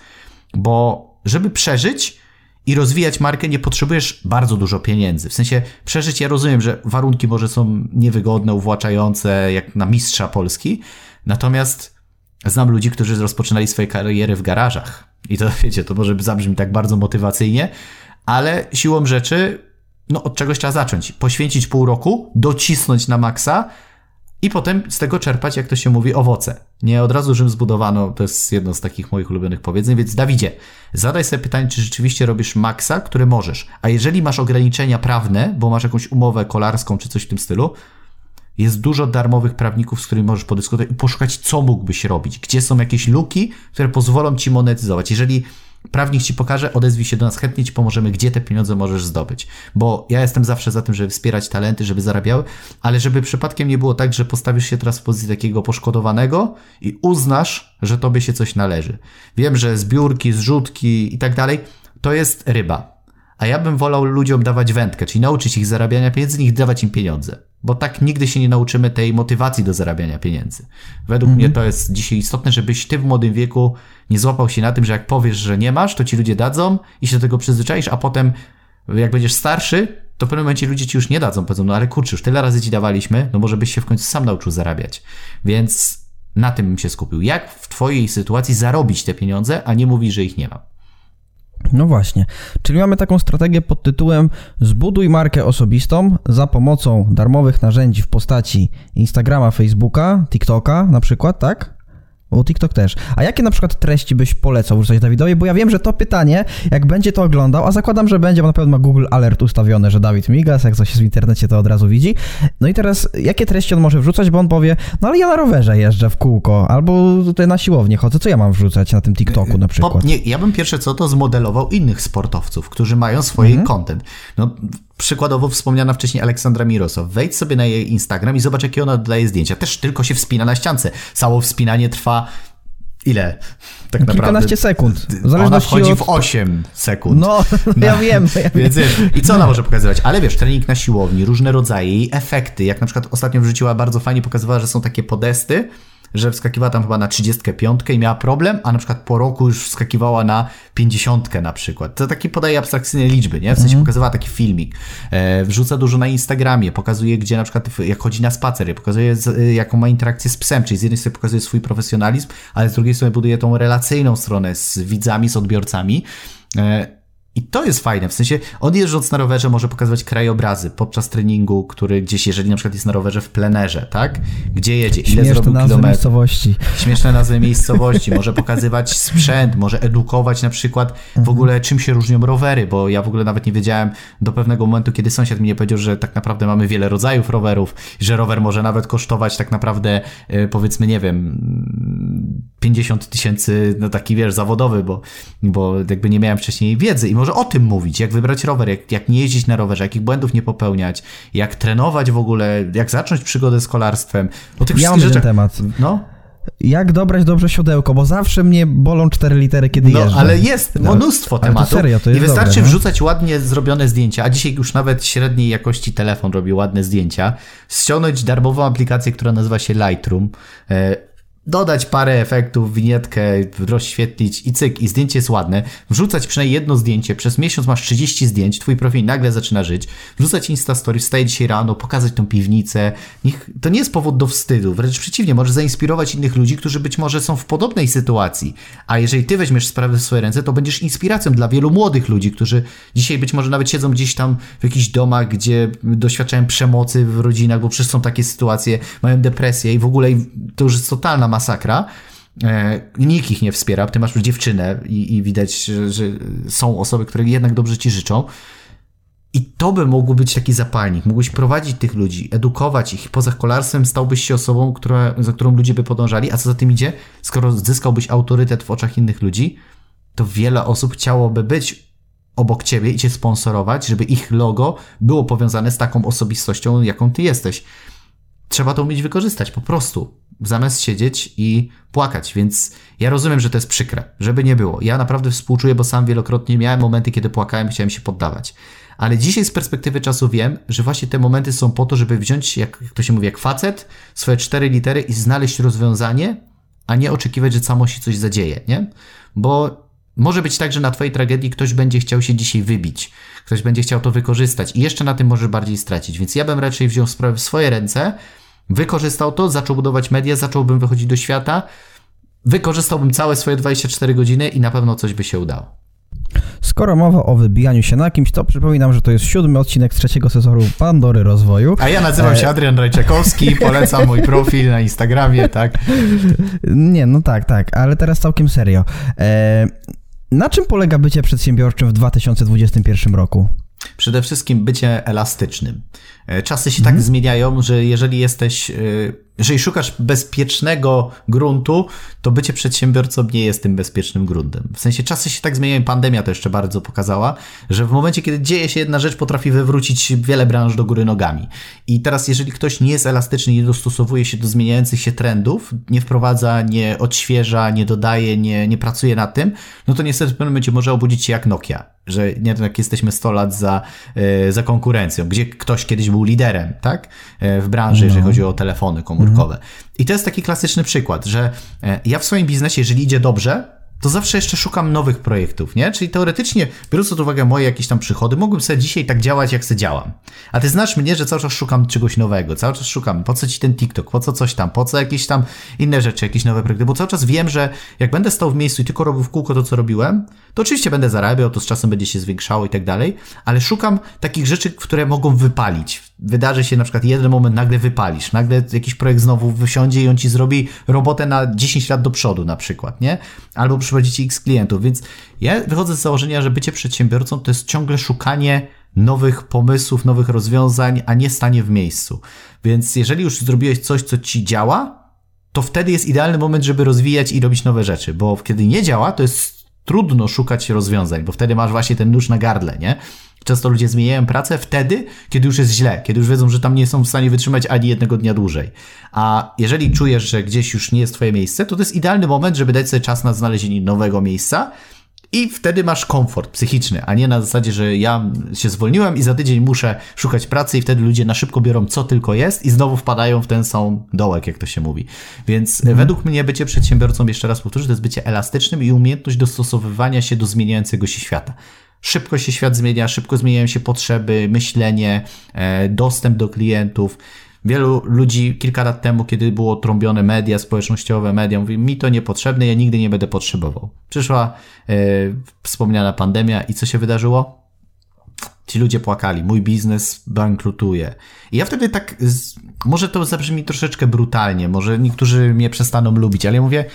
Bo żeby przeżyć i rozwijać markę, nie potrzebujesz bardzo dużo pieniędzy. W sensie przeżyć, ja rozumiem, że warunki może są niewygodne, uwłaczające, jak na mistrza Polski, natomiast znam ludzi, którzy rozpoczynali swoje kariery w garażach. I to, wiecie, to może zabrzmi tak bardzo motywacyjnie, ale siłą rzeczy, no od czegoś trzeba zacząć. Poświęcić pół roku, docisnąć na maksa i potem z tego czerpać, jak to się mówi, owoce. Nie od razu Rzym zbudowano, to jest jedno z takich moich ulubionych powiedzeń, więc Dawidzie, zadaj sobie pytanie, czy rzeczywiście robisz maksa, który możesz. A jeżeli masz ograniczenia prawne, bo masz jakąś umowę kolarską czy coś w tym stylu, jest dużo darmowych prawników, z którymi możesz podyskutować i poszukać, co mógłbyś robić. Gdzie są jakieś luki, które pozwolą ci monetyzować. Jeżeli prawnik ci pokaże, odezwij się do nas, chętnie ci pomożemy, gdzie te pieniądze możesz zdobyć. Bo ja jestem zawsze za tym, żeby wspierać talenty, żeby zarabiały, ale żeby przypadkiem nie było tak, że postawisz się teraz w pozycji takiego poszkodowanego i uznasz, że tobie się coś należy. Wiem, że zbiórki, zrzutki i tak dalej, to jest ryba. A ja bym wolał ludziom dawać wędkę, czyli nauczyć ich zarabiania pieniędzy, niż dawać im pieniądze. Bo tak nigdy się nie nauczymy tej motywacji do zarabiania pieniędzy. Według mnie to jest dzisiaj istotne, żebyś ty w młodym wieku nie złapał się na tym, że jak powiesz, że nie masz, to ci ludzie dadzą i się do tego przyzwyczaisz, a potem jak będziesz starszy, to w pewnym momencie ludzie ci już nie dadzą. Powiedzą, no ale kurczę, już tyle razy ci dawaliśmy, no może byś się w końcu sam nauczył zarabiać. Więc na tym bym się skupił. Jak w twojej sytuacji zarobić te pieniądze, a nie mówić, że ich nie ma. No właśnie, czyli mamy taką strategię pod tytułem zbuduj markę osobistą za pomocą darmowych narzędzi w postaci Instagrama, Facebooka, TikToka na przykład, tak? Bo TikTok też. A jakie na przykład treści byś polecał wrzucać Dawidowi? Bo ja wiem, że to pytanie, jak będzie to oglądał, a zakładam, że będzie, bo na pewno ma Google Alert ustawione, że Dawid Migas, jak coś jest w internecie, to od razu widzi. No i teraz, jakie treści on może wrzucać? Bo on powie, no ale ja na rowerze jeżdżę w kółko, albo tutaj na siłownię chodzę, co ja mam wrzucać na tym TikToku na przykład? Ja bym pierwsze co to zmodelował innych sportowców, którzy mają swoje content. No, przykładowo wspomniana wcześniej Aleksandra Mirosław. Wejdź sobie na jej Instagram i zobacz, jakie ona daje zdjęcia. Też tylko się wspina na ściance. Całe wspinanie trwa ile? Tak naprawdę. Kilkanaście sekund. Ona wchodzi w 8 sekund. No, ja wiem. Więc wiesz, i co ona może pokazywać? Ale wiesz, trening na siłowni, różne rodzaje, jej efekty. Jak na przykład ostatnio wrzuciła, bardzo fajnie pokazywała, że są takie podesty, że wskakiwała tam chyba na 35 i miała problem, a na przykład po roku już wskakiwała na 50 na przykład. To taki podaje abstrakcyjne liczby, nie? W sensie pokazywała taki filmik. Wrzuca dużo na Instagramie, pokazuje, gdzie na przykład jak chodzi na spacer, pokazuje jaką ma interakcję z psem, czyli z jednej strony pokazuje swój profesjonalizm, ale z drugiej strony buduje tą relacyjną stronę z widzami, z odbiorcami. I to jest fajne, w sensie on jeżdżąc na rowerze może pokazywać krajobrazy podczas treningu, który gdzieś, jeżeli na przykład jest na rowerze w plenerze, tak? Gdzie jedzie, ile Śmieszne zrobił nazwy kilometrów. miejscowości. Śmieszne nazwy miejscowości, może pokazywać sprzęt, może edukować na przykład w ogóle czym się różnią rowery, bo ja w ogóle nawet nie wiedziałem do pewnego momentu, kiedy sąsiad mi powiedział, że tak naprawdę mamy wiele rodzajów rowerów, że rower może nawet kosztować tak naprawdę powiedzmy, nie wiem, 50 000, no taki wiesz, zawodowy, bo jakby nie miałem wcześniej wiedzy i może o tym mówić, jak wybrać rower, jak nie jeździć na rowerze, jakich błędów nie popełniać, jak trenować w ogóle, jak zacząć przygodę z kolarstwem. O tych Ja mam wszystkich ten rzeczach. temat. No. Jak dobrać dobrze siodełko, bo zawsze mnie bolą 4 litery, kiedy jeżdżę. No, ale jest mnóstwo ale tematów to serio, to i jest wystarczy dobre, no? wrzucać ładnie zrobione zdjęcia, a dzisiaj już nawet średniej jakości telefon robi ładne zdjęcia, ściągnąć darmową aplikację, która nazywa się Lightroom, dodać parę efektów, winietkę, rozświetlić i cyk, i zdjęcie jest ładne, wrzucać przynajmniej jedno zdjęcie, przez miesiąc masz 30 zdjęć, twój profil nagle zaczyna żyć, wrzucać Instastory, wstaje dzisiaj rano, pokazać tą piwnicę, to nie jest powód do wstydu, wręcz przeciwnie, możesz zainspirować innych ludzi, którzy być może są w podobnej sytuacji, a jeżeli ty weźmiesz sprawę w swoje ręce, to będziesz inspiracją dla wielu młodych ludzi, którzy dzisiaj być może nawet siedzą gdzieś tam w jakichś domach, gdzie doświadczają przemocy w rodzinach, bo przecież są takie sytuacje, mają depresję i w ogóle to już jest totalna masakra. Nikt ich nie wspiera, ty masz już dziewczynę i widać, że są osoby, które jednak dobrze ci życzą. I to by mógł być taki zapalnik. Mógłbyś prowadzić tych ludzi, edukować ich. Poza kolarstwem stałbyś się osobą, za którą ludzie by podążali, a co za tym idzie? Skoro zyskałbyś autorytet w oczach innych ludzi, to wiele osób chciałoby być obok ciebie i cię sponsorować, żeby ich logo było powiązane z taką osobistością, jaką ty jesteś. Trzeba to umieć wykorzystać, po prostu. Zamiast siedzieć i płakać, więc ja rozumiem, że to jest przykre, żeby nie było. Ja naprawdę współczuję, bo sam wielokrotnie miałem momenty, kiedy płakałem, chciałem się poddawać. Ale dzisiaj z perspektywy czasu wiem, że właśnie te momenty są po to, żeby wziąć, jak to się mówi, jak facet, swoje 4 litery i znaleźć rozwiązanie, a nie oczekiwać, że samo się coś zadzieje, nie? Bo może być tak, że na twojej tragedii ktoś będzie chciał się dzisiaj wybić, ktoś będzie chciał to wykorzystać i jeszcze na tym może bardziej stracić, więc ja bym raczej wziął sprawę w swoje ręce, wykorzystał to, zaczął budować media, zacząłbym wychodzić do świata, wykorzystałbym całe swoje 24 godziny i na pewno coś by się udało. Skoro mowa o wybijaniu się na kimś, to przypominam, że to jest 7. odcinek z 3. sezonu Pandory Rozwoju. A ja nazywam się Adrian Rajczakowski, polecam mój profil na Instagramie, tak? Nie, no tak, ale teraz całkiem serio. Na czym polega bycie przedsiębiorczym w 2021 roku? Przede wszystkim bycie elastycznym. Czasy się tak zmieniają, że jeżeli szukasz bezpiecznego gruntu, to bycie przedsiębiorcą nie jest tym bezpiecznym gruntem. W sensie czasy się tak zmieniają, pandemia to jeszcze bardzo pokazała, że w momencie, kiedy dzieje się jedna rzecz, potrafi wywrócić wiele branż do góry nogami. I teraz jeżeli ktoś nie jest elastyczny, nie dostosowuje się do zmieniających się trendów, nie wprowadza, nie odświeża, nie dodaje, nie pracuje nad tym, no to niestety w pewnym momencie może obudzić się jak Nokia, że nie tak jesteśmy 100 lat za konkurencją, gdzie ktoś kiedyś był liderem, tak? W branży, jeżeli chodzi o telefony komórkowe. I to jest taki klasyczny przykład, że ja w swoim biznesie, jeżeli idzie dobrze, to zawsze jeszcze szukam nowych projektów, nie? Czyli teoretycznie, biorąc pod uwagę moje jakieś tam przychody, mógłbym sobie dzisiaj tak działać, jak sobie działam. A ty znasz mnie, że cały czas szukam czegoś nowego, cały czas szukam, po co ci ten TikTok, po co coś tam, po co jakieś tam inne rzeczy, jakieś nowe projekty, bo cały czas wiem, że jak będę stał w miejscu i tylko robił w kółko to, co robiłem, to oczywiście będę zarabiał, to z czasem będzie się zwiększało i tak dalej, ale szukam takich rzeczy, które mogą wypalić. Wydarzy się na przykład jeden moment, nagle wypalisz, nagle jakiś projekt znowu wysiądzie i on ci zrobi robotę na 10 lat do przodu na przykład, nie? Albo przychodzi ci x klientów, więc ja wychodzę z założenia, że bycie przedsiębiorcą to jest ciągle szukanie nowych pomysłów, nowych rozwiązań, a nie stanie w miejscu. Więc jeżeli już zrobiłeś coś, co ci działa, to wtedy jest idealny moment, żeby rozwijać i robić nowe rzeczy, bo kiedy nie działa, to jest trudno szukać rozwiązań, bo wtedy masz właśnie ten nóż na gardle, nie? Często ludzie zmieniają pracę wtedy, kiedy już jest źle, kiedy już wiedzą, że tam nie są w stanie wytrzymać ani jednego dnia dłużej. A jeżeli czujesz, że gdzieś już nie jest twoje miejsce, to jest idealny moment, żeby dać sobie czas na znalezienie nowego miejsca i wtedy masz komfort psychiczny, a nie na zasadzie, że ja się zwolniłem i za tydzień muszę szukać pracy i wtedy ludzie na szybko biorą co tylko jest i znowu wpadają w ten sam dołek, jak to się mówi. Więc według mnie bycie przedsiębiorcą, jeszcze raz powtórzę, to jest bycie elastycznym i umiejętność dostosowywania się do zmieniającego się świata. Szybko się świat zmienia, szybko zmieniają się potrzeby, myślenie, dostęp do klientów, Wielu ludzi kilka lat temu, kiedy było trąbione media społecznościowe, media, mówi, mi to niepotrzebne, ja nigdy nie będę potrzebował. Przyszła wspomniana pandemia i co się wydarzyło? Ci ludzie płakali, mój biznes bankrutuje. I ja wtedy tak, może to zabrzmi troszeczkę brutalnie, może niektórzy mnie przestaną lubić, ale ja mówię,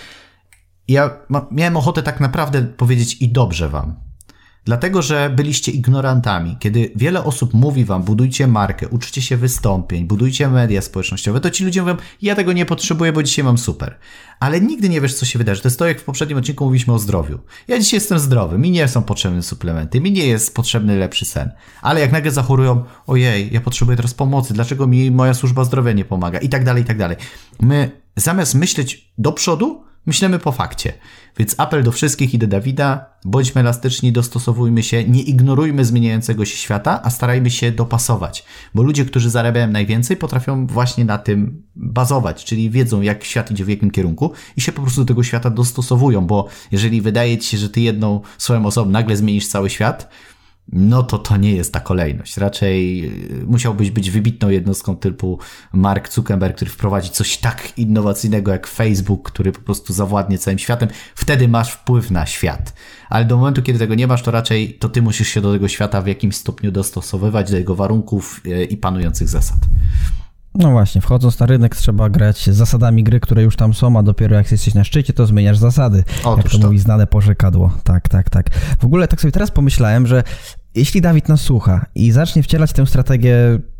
miałem ochotę tak naprawdę powiedzieć i dobrze wam. Dlatego, że byliście ignorantami. Kiedy wiele osób mówi wam, budujcie markę, uczcie się wystąpień, budujcie media społecznościowe, to ci ludzie mówią, ja tego nie potrzebuję, bo dzisiaj mam super. Ale nigdy nie wiesz, co się wydarzy. To jest to, jak w poprzednim odcinku mówiliśmy o zdrowiu. Ja dzisiaj jestem zdrowy, mi nie są potrzebne suplementy, mi nie jest potrzebny lepszy sen. Ale jak nagle zachorują, ojej, ja potrzebuję teraz pomocy, dlaczego mi moja służba zdrowia nie pomaga i tak dalej, i tak dalej. My zamiast myśleć do przodu, myślimy po fakcie. Więc apel do wszystkich i do Dawida, bądźmy elastyczni, dostosowujmy się, nie ignorujmy zmieniającego się świata, a starajmy się dopasować. Bo ludzie, którzy zarabiają najwięcej, potrafią właśnie na tym bazować, czyli wiedzą, jak świat idzie w jakim kierunku i się po prostu do tego świata dostosowują, bo jeżeli wydaje ci się, że ty jedną swoją osobą nagle zmienisz cały świat, no to nie jest ta kolejność. Raczej musiałbyś być wybitną jednostką typu Mark Zuckerberg, który wprowadzi coś tak innowacyjnego jak Facebook, który po prostu zawładnie całym światem. Wtedy masz wpływ na świat. Ale do momentu, kiedy tego nie masz, to raczej to ty musisz się do tego świata w jakimś stopniu dostosowywać, do jego warunków i panujących zasad. No właśnie, wchodząc na rynek trzeba grać z zasadami gry, które już tam są, a dopiero jak jesteś na szczycie, to zmieniasz zasady. Otóż jak to mówi znane porzekadło. Tak. W ogóle tak sobie teraz pomyślałem, że jeśli Dawid nas słucha i zacznie wcielać tę strategię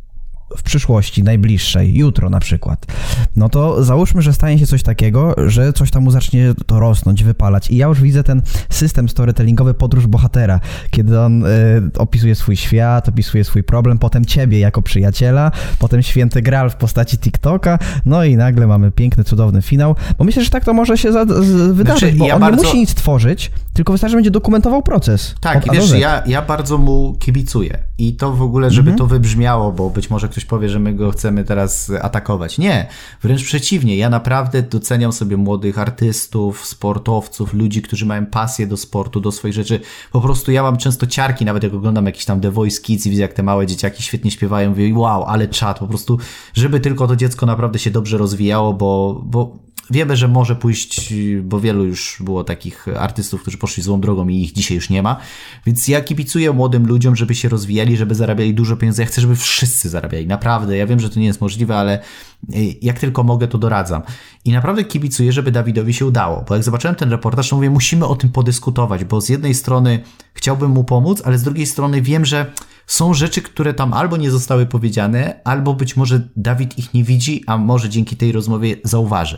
w przyszłości, najbliższej, jutro na przykład, no to załóżmy, że stanie się coś takiego, że coś tam mu zacznie to rosnąć, wypalać i ja już widzę ten system storytellingowy podróż bohatera, kiedy on opisuje swój świat, opisuje swój problem, potem ciebie jako przyjaciela, potem święty Graal w postaci TikToka, no i nagle mamy piękny, cudowny finał, bo myślę, że tak to może się wydarzyć, bo on nie musi nic tworzyć, tylko wystarczy, że będzie dokumentował proces. Tak, i wiesz, ja bardzo mu kibicuję i to w ogóle, żeby to wybrzmiało, bo być może ktoś powie, że my go chcemy teraz atakować. Nie, wręcz przeciwnie. Ja naprawdę doceniam sobie młodych artystów, sportowców, ludzi, którzy mają pasję do sportu, do swoich rzeczy. Po prostu ja mam często ciarki, nawet jak oglądam jakiś tam The Voice Kids i widzę, jak te małe dzieciaki świetnie śpiewają, mówię, wow, ale czad, po prostu, żeby tylko to dziecko naprawdę się dobrze rozwijało, bo wiemy, że może pójść, bo wielu już było takich artystów, którzy poszli złą drogą i ich dzisiaj już nie ma. Więc ja kibicuję młodym ludziom, żeby się rozwijali, żeby zarabiali dużo pieniędzy. Ja chcę, żeby wszyscy zarabiali. Naprawdę. Ja wiem, że to nie jest możliwe, ale jak tylko mogę, to doradzam. I naprawdę kibicuję, żeby Dawidowi się udało. Bo jak zobaczyłem ten reportaż, to mówię, musimy o tym podyskutować, bo z jednej strony chciałbym mu pomóc, ale z drugiej strony wiem, że są rzeczy, które tam albo nie zostały powiedziane, albo być może Dawid ich nie widzi, a może dzięki tej rozmowie zauważy,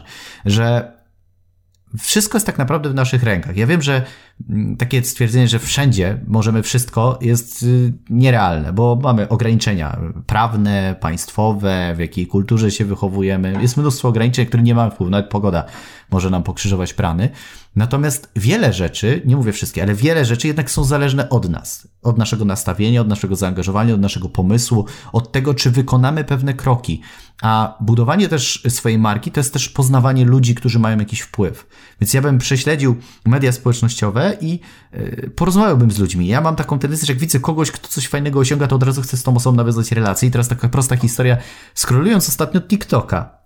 że wszystko jest tak naprawdę w naszych rękach. Ja wiem, że takie stwierdzenie, że wszędzie możemy wszystko, jest nierealne, bo mamy ograniczenia prawne, państwowe, w jakiej kulturze się wychowujemy. Jest mnóstwo ograniczeń, które nie mamy wpływu. Nawet pogoda może nam pokrzyżować plany. Natomiast wiele rzeczy, nie mówię wszystkie, ale wiele rzeczy jednak są zależne od nas. Od naszego nastawienia, od naszego zaangażowania, od naszego pomysłu, od tego, czy wykonamy pewne kroki. A budowanie też swojej marki to jest też poznawanie ludzi, którzy mają jakiś wpływ. Więc ja bym prześledził media społecznościowe i porozmawiałbym z ludźmi. Ja mam taką tendencję, że jak widzę kogoś, kto coś fajnego osiąga, to od razu chcę z tą osobą nawiązać relacje. I teraz taka prosta historia. Scrollując ostatnio TikToka,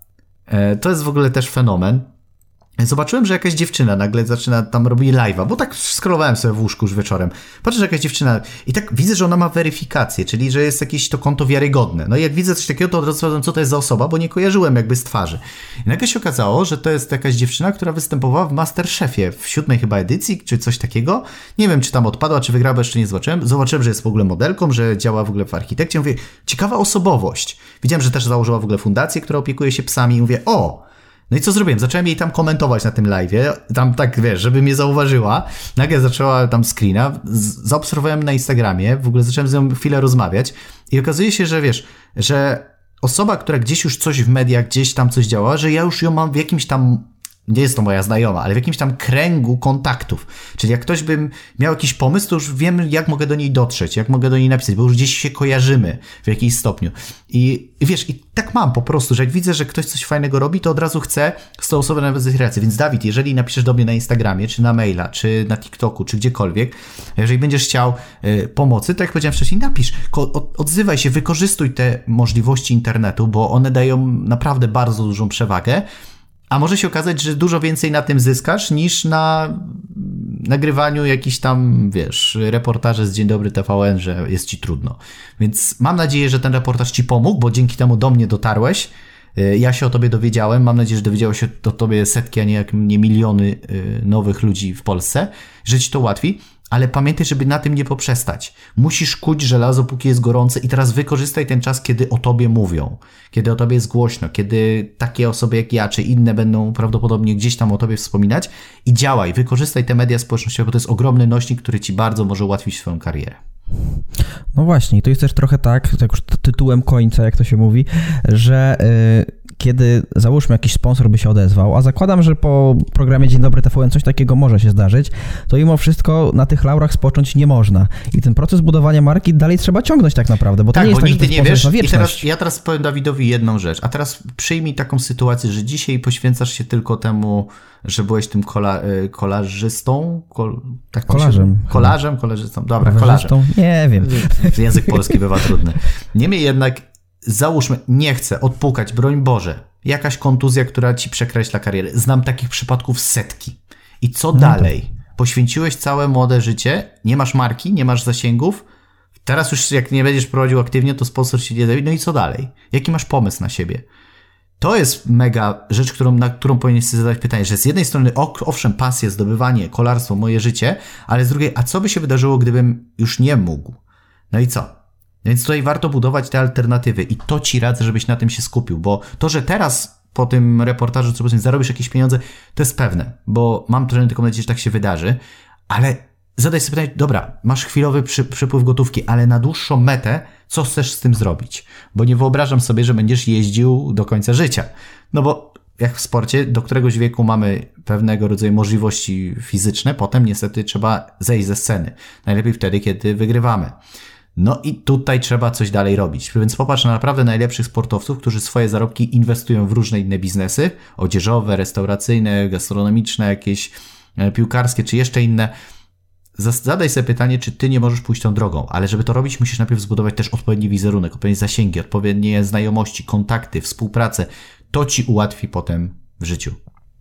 to jest w ogóle też fenomen. Zobaczyłem, że jakaś dziewczyna nagle zaczyna tam robić live'a, bo tak scrollowałem sobie w łóżku już wieczorem. Patrzę, że jakaś dziewczyna i tak widzę, że ona ma weryfikację, czyli że jest jakieś to konto wiarygodne. No i jak widzę coś takiego, to od razu sprawdzam, co to jest za osoba, bo nie kojarzyłem jakby z twarzy. I nagle się okazało, że to jest jakaś dziewczyna, która występowała w MasterChefie w 7. chyba edycji, czy coś takiego. Nie wiem, czy tam odpadła, czy wygrała, bo jeszcze nie zobaczyłem. Zobaczyłem, że jest w ogóle modelką, że działa w ogóle w architekcie. Mówię, ciekawa osobowość. Widziałem, że też założyła w ogóle fundację, która opiekuje się psami i mówię, no i co zrobiłem? Zacząłem jej tam komentować na tym live'ie, tam tak, wiesz, żeby mnie zauważyła. Nagle zaczęła tam screena, zaobserwowałem na Instagramie, w ogóle zacząłem z nią chwilę rozmawiać i okazuje się, że wiesz, że osoba, która gdzieś już coś w mediach, gdzieś tam coś działała, że ja już ją mam w jakimś tam nie jest to moja znajoma, ale w jakimś tam kręgu kontaktów. Czyli jak ktoś by miał jakiś pomysł, to już wiem, jak mogę do niej dotrzeć, jak mogę do niej napisać, bo już gdzieś się kojarzymy w jakimś stopniu. I wiesz, i tak mam po prostu, że jak widzę, że ktoś coś fajnego robi, to od razu chcę z tą osobą nawiązać relację. Więc Dawid, jeżeli napiszesz do mnie na Instagramie, czy na maila, czy na TikToku, czy gdziekolwiek, jeżeli będziesz chciał pomocy, to jak powiedziałem wcześniej, napisz, odzywaj się, wykorzystuj te możliwości internetu, bo one dają naprawdę bardzo dużą przewagę. A może się okazać, że dużo więcej na tym zyskasz niż na nagrywaniu jakichś tam, wiesz, reportaży z Dzień Dobry TVN, że jest ci trudno. Więc mam nadzieję, że ten reportaż ci pomógł, bo dzięki temu do mnie dotarłeś. Ja się o tobie dowiedziałem. Mam nadzieję, że dowiedziało się o tobie setki, a nie miliony nowych ludzi w Polsce, że ci to ułatwi. Ale pamiętaj, żeby na tym nie poprzestać. Musisz kuć żelazo, póki jest gorące i teraz wykorzystaj ten czas, kiedy o tobie mówią, kiedy o tobie jest głośno, kiedy takie osoby jak ja, czy inne będą prawdopodobnie gdzieś tam o tobie wspominać i działaj, wykorzystaj te media społecznościowe, bo to jest ogromny nośnik, który ci bardzo może ułatwić swoją karierę. No właśnie, to jest też trochę tak już tytułem końca, jak to się mówi, że kiedy załóżmy jakiś sponsor by się odezwał, a zakładam, że po programie Dzień Dobry TVN coś takiego może się zdarzyć, to mimo wszystko na tych laurach spocząć nie można. I ten proces budowania marki dalej trzeba ciągnąć tak naprawdę, bo to tak, nie jest bo tak, nigdy że nie wiesz. I ja teraz powiem Dawidowi jedną rzecz, a teraz przyjmij taką sytuację, że dzisiaj poświęcasz się tylko temu, że byłeś tym kolarzystą? Kolarzystą. Dobra, kolarzem. Nie wiem. Język polski bywa trudny. Niemniej jednak załóżmy, nie chcę odpukać, broń Boże, jakaś kontuzja, która ci przekreśla karierę. Znam takich przypadków setki. I co dalej? Poświęciłeś całe młode życie, nie masz marki, nie masz zasięgów, teraz już jak nie będziesz prowadził aktywnie, to sponsor ci nie da. No i co dalej? Jaki masz pomysł na siebie? To jest mega rzecz, na którą powinieneś sobie zadać pytanie, że z jednej strony, owszem, pasja, zdobywanie, kolarstwo, moje życie, ale z drugiej, a co by się wydarzyło, gdybym już nie mógł? No i co? Więc tutaj warto budować te alternatywy i to ci radzę, żebyś na tym się skupił, bo to, że teraz po tym reportażu co zarobisz jakieś pieniądze, to jest pewne, bo mam taką nadzieję, że tak się wydarzy, ale zadaj sobie pytanie, dobra, masz chwilowy przepływ gotówki, ale na dłuższą metę, co chcesz z tym zrobić? Bo nie wyobrażam sobie, że będziesz jeździł do końca życia. No bo jak w sporcie, do któregoś wieku mamy pewnego rodzaju możliwości fizyczne, potem niestety trzeba zejść ze sceny. Najlepiej wtedy, kiedy wygrywamy. No i tutaj trzeba coś dalej robić. Więc popatrz na naprawdę najlepszych sportowców, którzy swoje zarobki inwestują w różne inne biznesy, odzieżowe, restauracyjne, gastronomiczne, jakieś piłkarskie, czy jeszcze inne. Zadaj sobie pytanie, czy ty nie możesz pójść tą drogą, ale żeby to robić, musisz najpierw zbudować też odpowiedni wizerunek, odpowiednie zasięgi, odpowiednie znajomości, kontakty, współpracę. To ci ułatwi potem w życiu.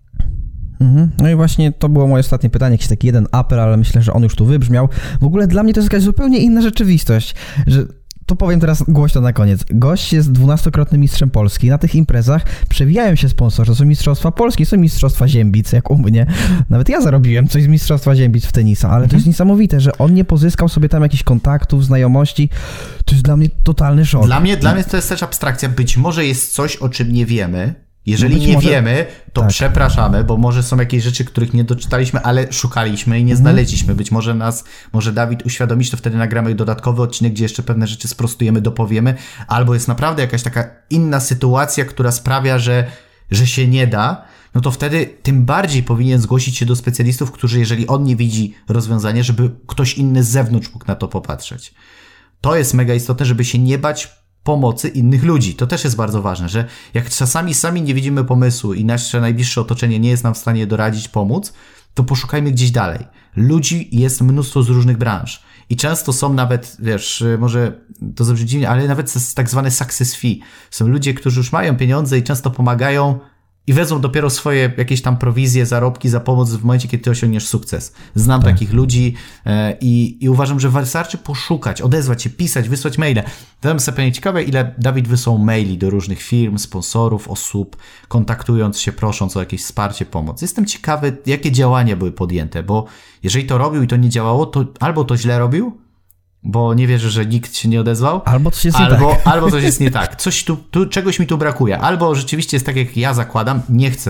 No i właśnie to było moje ostatnie pytanie, jakiś taki jeden apel, ale myślę, że on już tu wybrzmiał. W ogóle dla mnie to jest jakaś zupełnie inna rzeczywistość, że to powiem teraz głośno na koniec. Gość jest 12-krotnym mistrzem Polski. Na tych imprezach przewijają się sponsorzy. To są mistrzostwa Polski, są mistrzostwa Ziębic, jak u mnie. Nawet ja zarobiłem coś z mistrzostwa Ziębic w tenisa, ale to jest niesamowite, że on nie pozyskał sobie tam jakichś kontaktów, znajomości. To jest dla mnie totalny szok. Dla mnie to jest też abstrakcja. Być może jest coś, o czym nie wiemy. Jeżeli nie wiemy, to tak. Przepraszamy, bo może są jakieś rzeczy, których nie doczytaliśmy, ale szukaliśmy i nie znaleźliśmy. Być może może Dawid uświadomić, to wtedy nagramy dodatkowy odcinek, gdzie jeszcze pewne rzeczy sprostujemy, dopowiemy, albo jest naprawdę jakaś taka inna sytuacja, która sprawia, że się nie da, no to wtedy tym bardziej powinien zgłosić się do specjalistów, którzy, jeżeli on nie widzi rozwiązania, żeby ktoś inny z zewnątrz mógł na to popatrzeć. To jest mega istotne, żeby się nie bać pomocy innych ludzi. To też jest bardzo ważne, że jak czasami sami nie widzimy pomysłu i nasze najbliższe otoczenie nie jest nam w stanie doradzić, pomóc, to poszukajmy gdzieś dalej. Ludzi jest mnóstwo z różnych branż i często są nawet, wiesz, może to zabrzmi dziwnie, ale nawet tak zwane success fee. Są ludzie, którzy już mają pieniądze i często pomagają i wezmą dopiero swoje jakieś tam prowizje, zarobki za pomoc w momencie, kiedy ty osiągniesz sukces. Znam takich ludzi i uważam, że wystarczy poszukać, odezwać się, pisać, wysłać maile. Dałem sobie pewnie ciekawe, ile Dawid wysłał maili do różnych firm, sponsorów, osób, kontaktując się, prosząc o jakieś wsparcie, pomoc. Jestem ciekawy, jakie działania były podjęte, bo jeżeli to robił i to nie działało, to albo to źle robił, bo nie wierzę, że nikt się nie odezwał. Albo coś jest nie tak. Albo coś jest nie tak. Czegoś mi tu brakuje. Albo rzeczywiście jest tak, jak ja zakładam.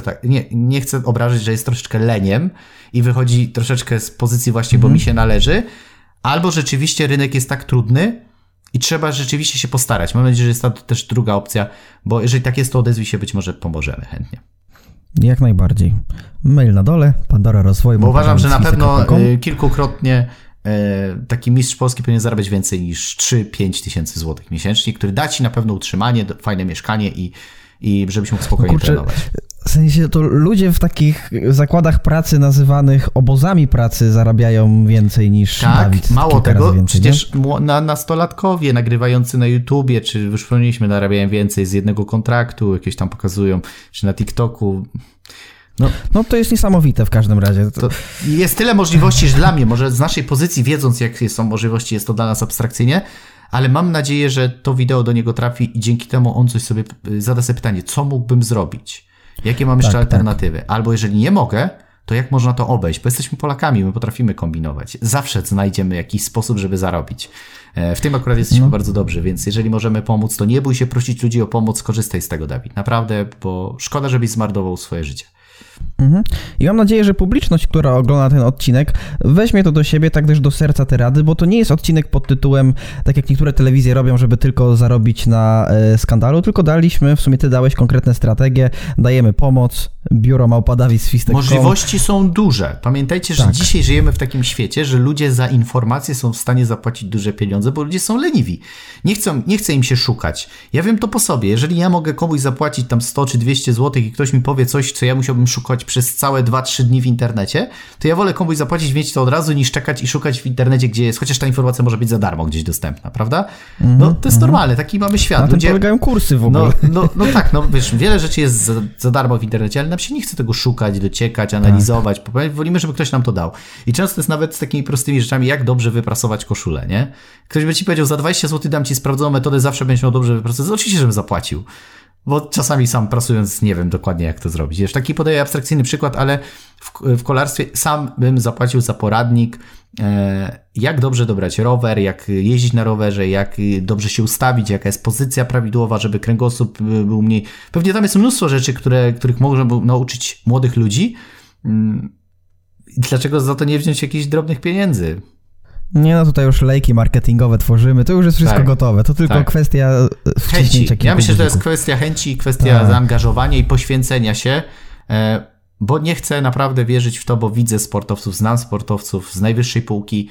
Nie chcę obrazić, że jest troszeczkę leniem i wychodzi troszeczkę z pozycji właśnie, bo mi się należy. Albo rzeczywiście rynek jest tak trudny i trzeba rzeczywiście się postarać. Mam nadzieję, że jest to też druga opcja, bo jeżeli tak jest, to odezwij się, być może pomożemy chętnie. Jak najbardziej. Mail na dole, Pandora Rozwoju. Bo uważam, że na pewno kilkukrotnie taki mistrz Polski powinien zarabiać więcej niż 3-5 tysięcy złotych miesięcznie, który da ci na pewno utrzymanie, fajne mieszkanie i żebyś mógł spokojnie trenować. W sensie to ludzie w takich zakładach pracy nazywanych obozami pracy zarabiają więcej niż Dawid. Mało tego, więcej, przecież nastolatkowie nagrywający na YouTubie, czy już wspomnieliśmy, zarabiają więcej z jednego kontraktu, jakieś tam pokazują, czy na TikToku. No to jest niesamowite w każdym razie. To jest tyle możliwości, że dla mnie, może z naszej pozycji, wiedząc jakie są możliwości, jest to dla nas abstrakcyjnie, ale mam nadzieję, że to wideo do niego trafi i dzięki temu on coś sobie zada sobie pytanie, co mógłbym zrobić? Jakie mam jeszcze alternatywy? Albo jeżeli nie mogę, to jak można to obejść? Bo jesteśmy Polakami, my potrafimy kombinować. Zawsze znajdziemy jakiś sposób, żeby zarobić. W tym akurat jesteśmy bardzo dobrzy, więc jeżeli możemy pomóc, to nie bój się prosić ludzi o pomoc, skorzystaj z tego, Dawid. Naprawdę, bo szkoda, żebyś zmarnował swoje życie. I mam nadzieję, że publiczność, która ogląda ten odcinek, weźmie to do siebie, tak też do serca te rady, bo to nie jest odcinek pod tytułem, tak jak niektóre telewizje robią, żeby tylko zarobić na skandalu, tylko daliśmy, w sumie ty dałeś konkretne strategie, dajemy pomoc, biuro małpa.david.swistek.com. Możliwości są duże. Pamiętajcie, że dzisiaj żyjemy w takim świecie, że ludzie za informacje są w stanie zapłacić duże pieniądze, bo ludzie są leniwi. Nie chce im się szukać. Ja wiem to po sobie. Jeżeli ja mogę komuś zapłacić tam 100 czy 200 zł i ktoś mi powie coś, co ja musiałbym szukać przez całe 2-3 dni w internecie, to ja wolę komuś zapłacić, mieć to od razu, niż czekać i szukać w internecie, gdzie jest, chociaż ta informacja może być za darmo gdzieś dostępna, prawda? No to jest normalne, taki mamy świat. Na tym polegają kursy w ogóle. No tak, wiesz, wiele rzeczy jest za darmo w internecie, ale nam się nie chce tego szukać, dociekać, analizować. Wolimy, żeby ktoś nam to dał. I często jest nawet z takimi prostymi rzeczami, jak dobrze wyprasować koszulę, nie? Ktoś by ci powiedział, za 20 zł dam ci sprawdzoną metodę, zawsze będziesz miał dobrze wyprasować. Oczywiście, żebym zapłacił. Bo czasami sam pracując nie wiem dokładnie, jak to zrobić. Wiesz, taki podaję abstrakcyjny przykład, ale w kolarstwie sam bym zapłacił za poradnik, jak dobrze dobrać rower, jak jeździć na rowerze, jak dobrze się ustawić, jaka jest pozycja prawidłowa, żeby kręgosłup był mniej. Pewnie tam jest mnóstwo rzeczy, których można by nauczyć młodych ludzi. Dlaczego za to nie wziąć jakichś drobnych pieniędzy? Nie, no tutaj już lejki marketingowe tworzymy, to już jest wszystko gotowe, to tylko kwestia chęci. Ja myślę, że to jest kwestia chęci, kwestia zaangażowania i poświęcenia się, bo nie chcę naprawdę wierzyć w to, bo widzę sportowców, znam sportowców z najwyższej półki,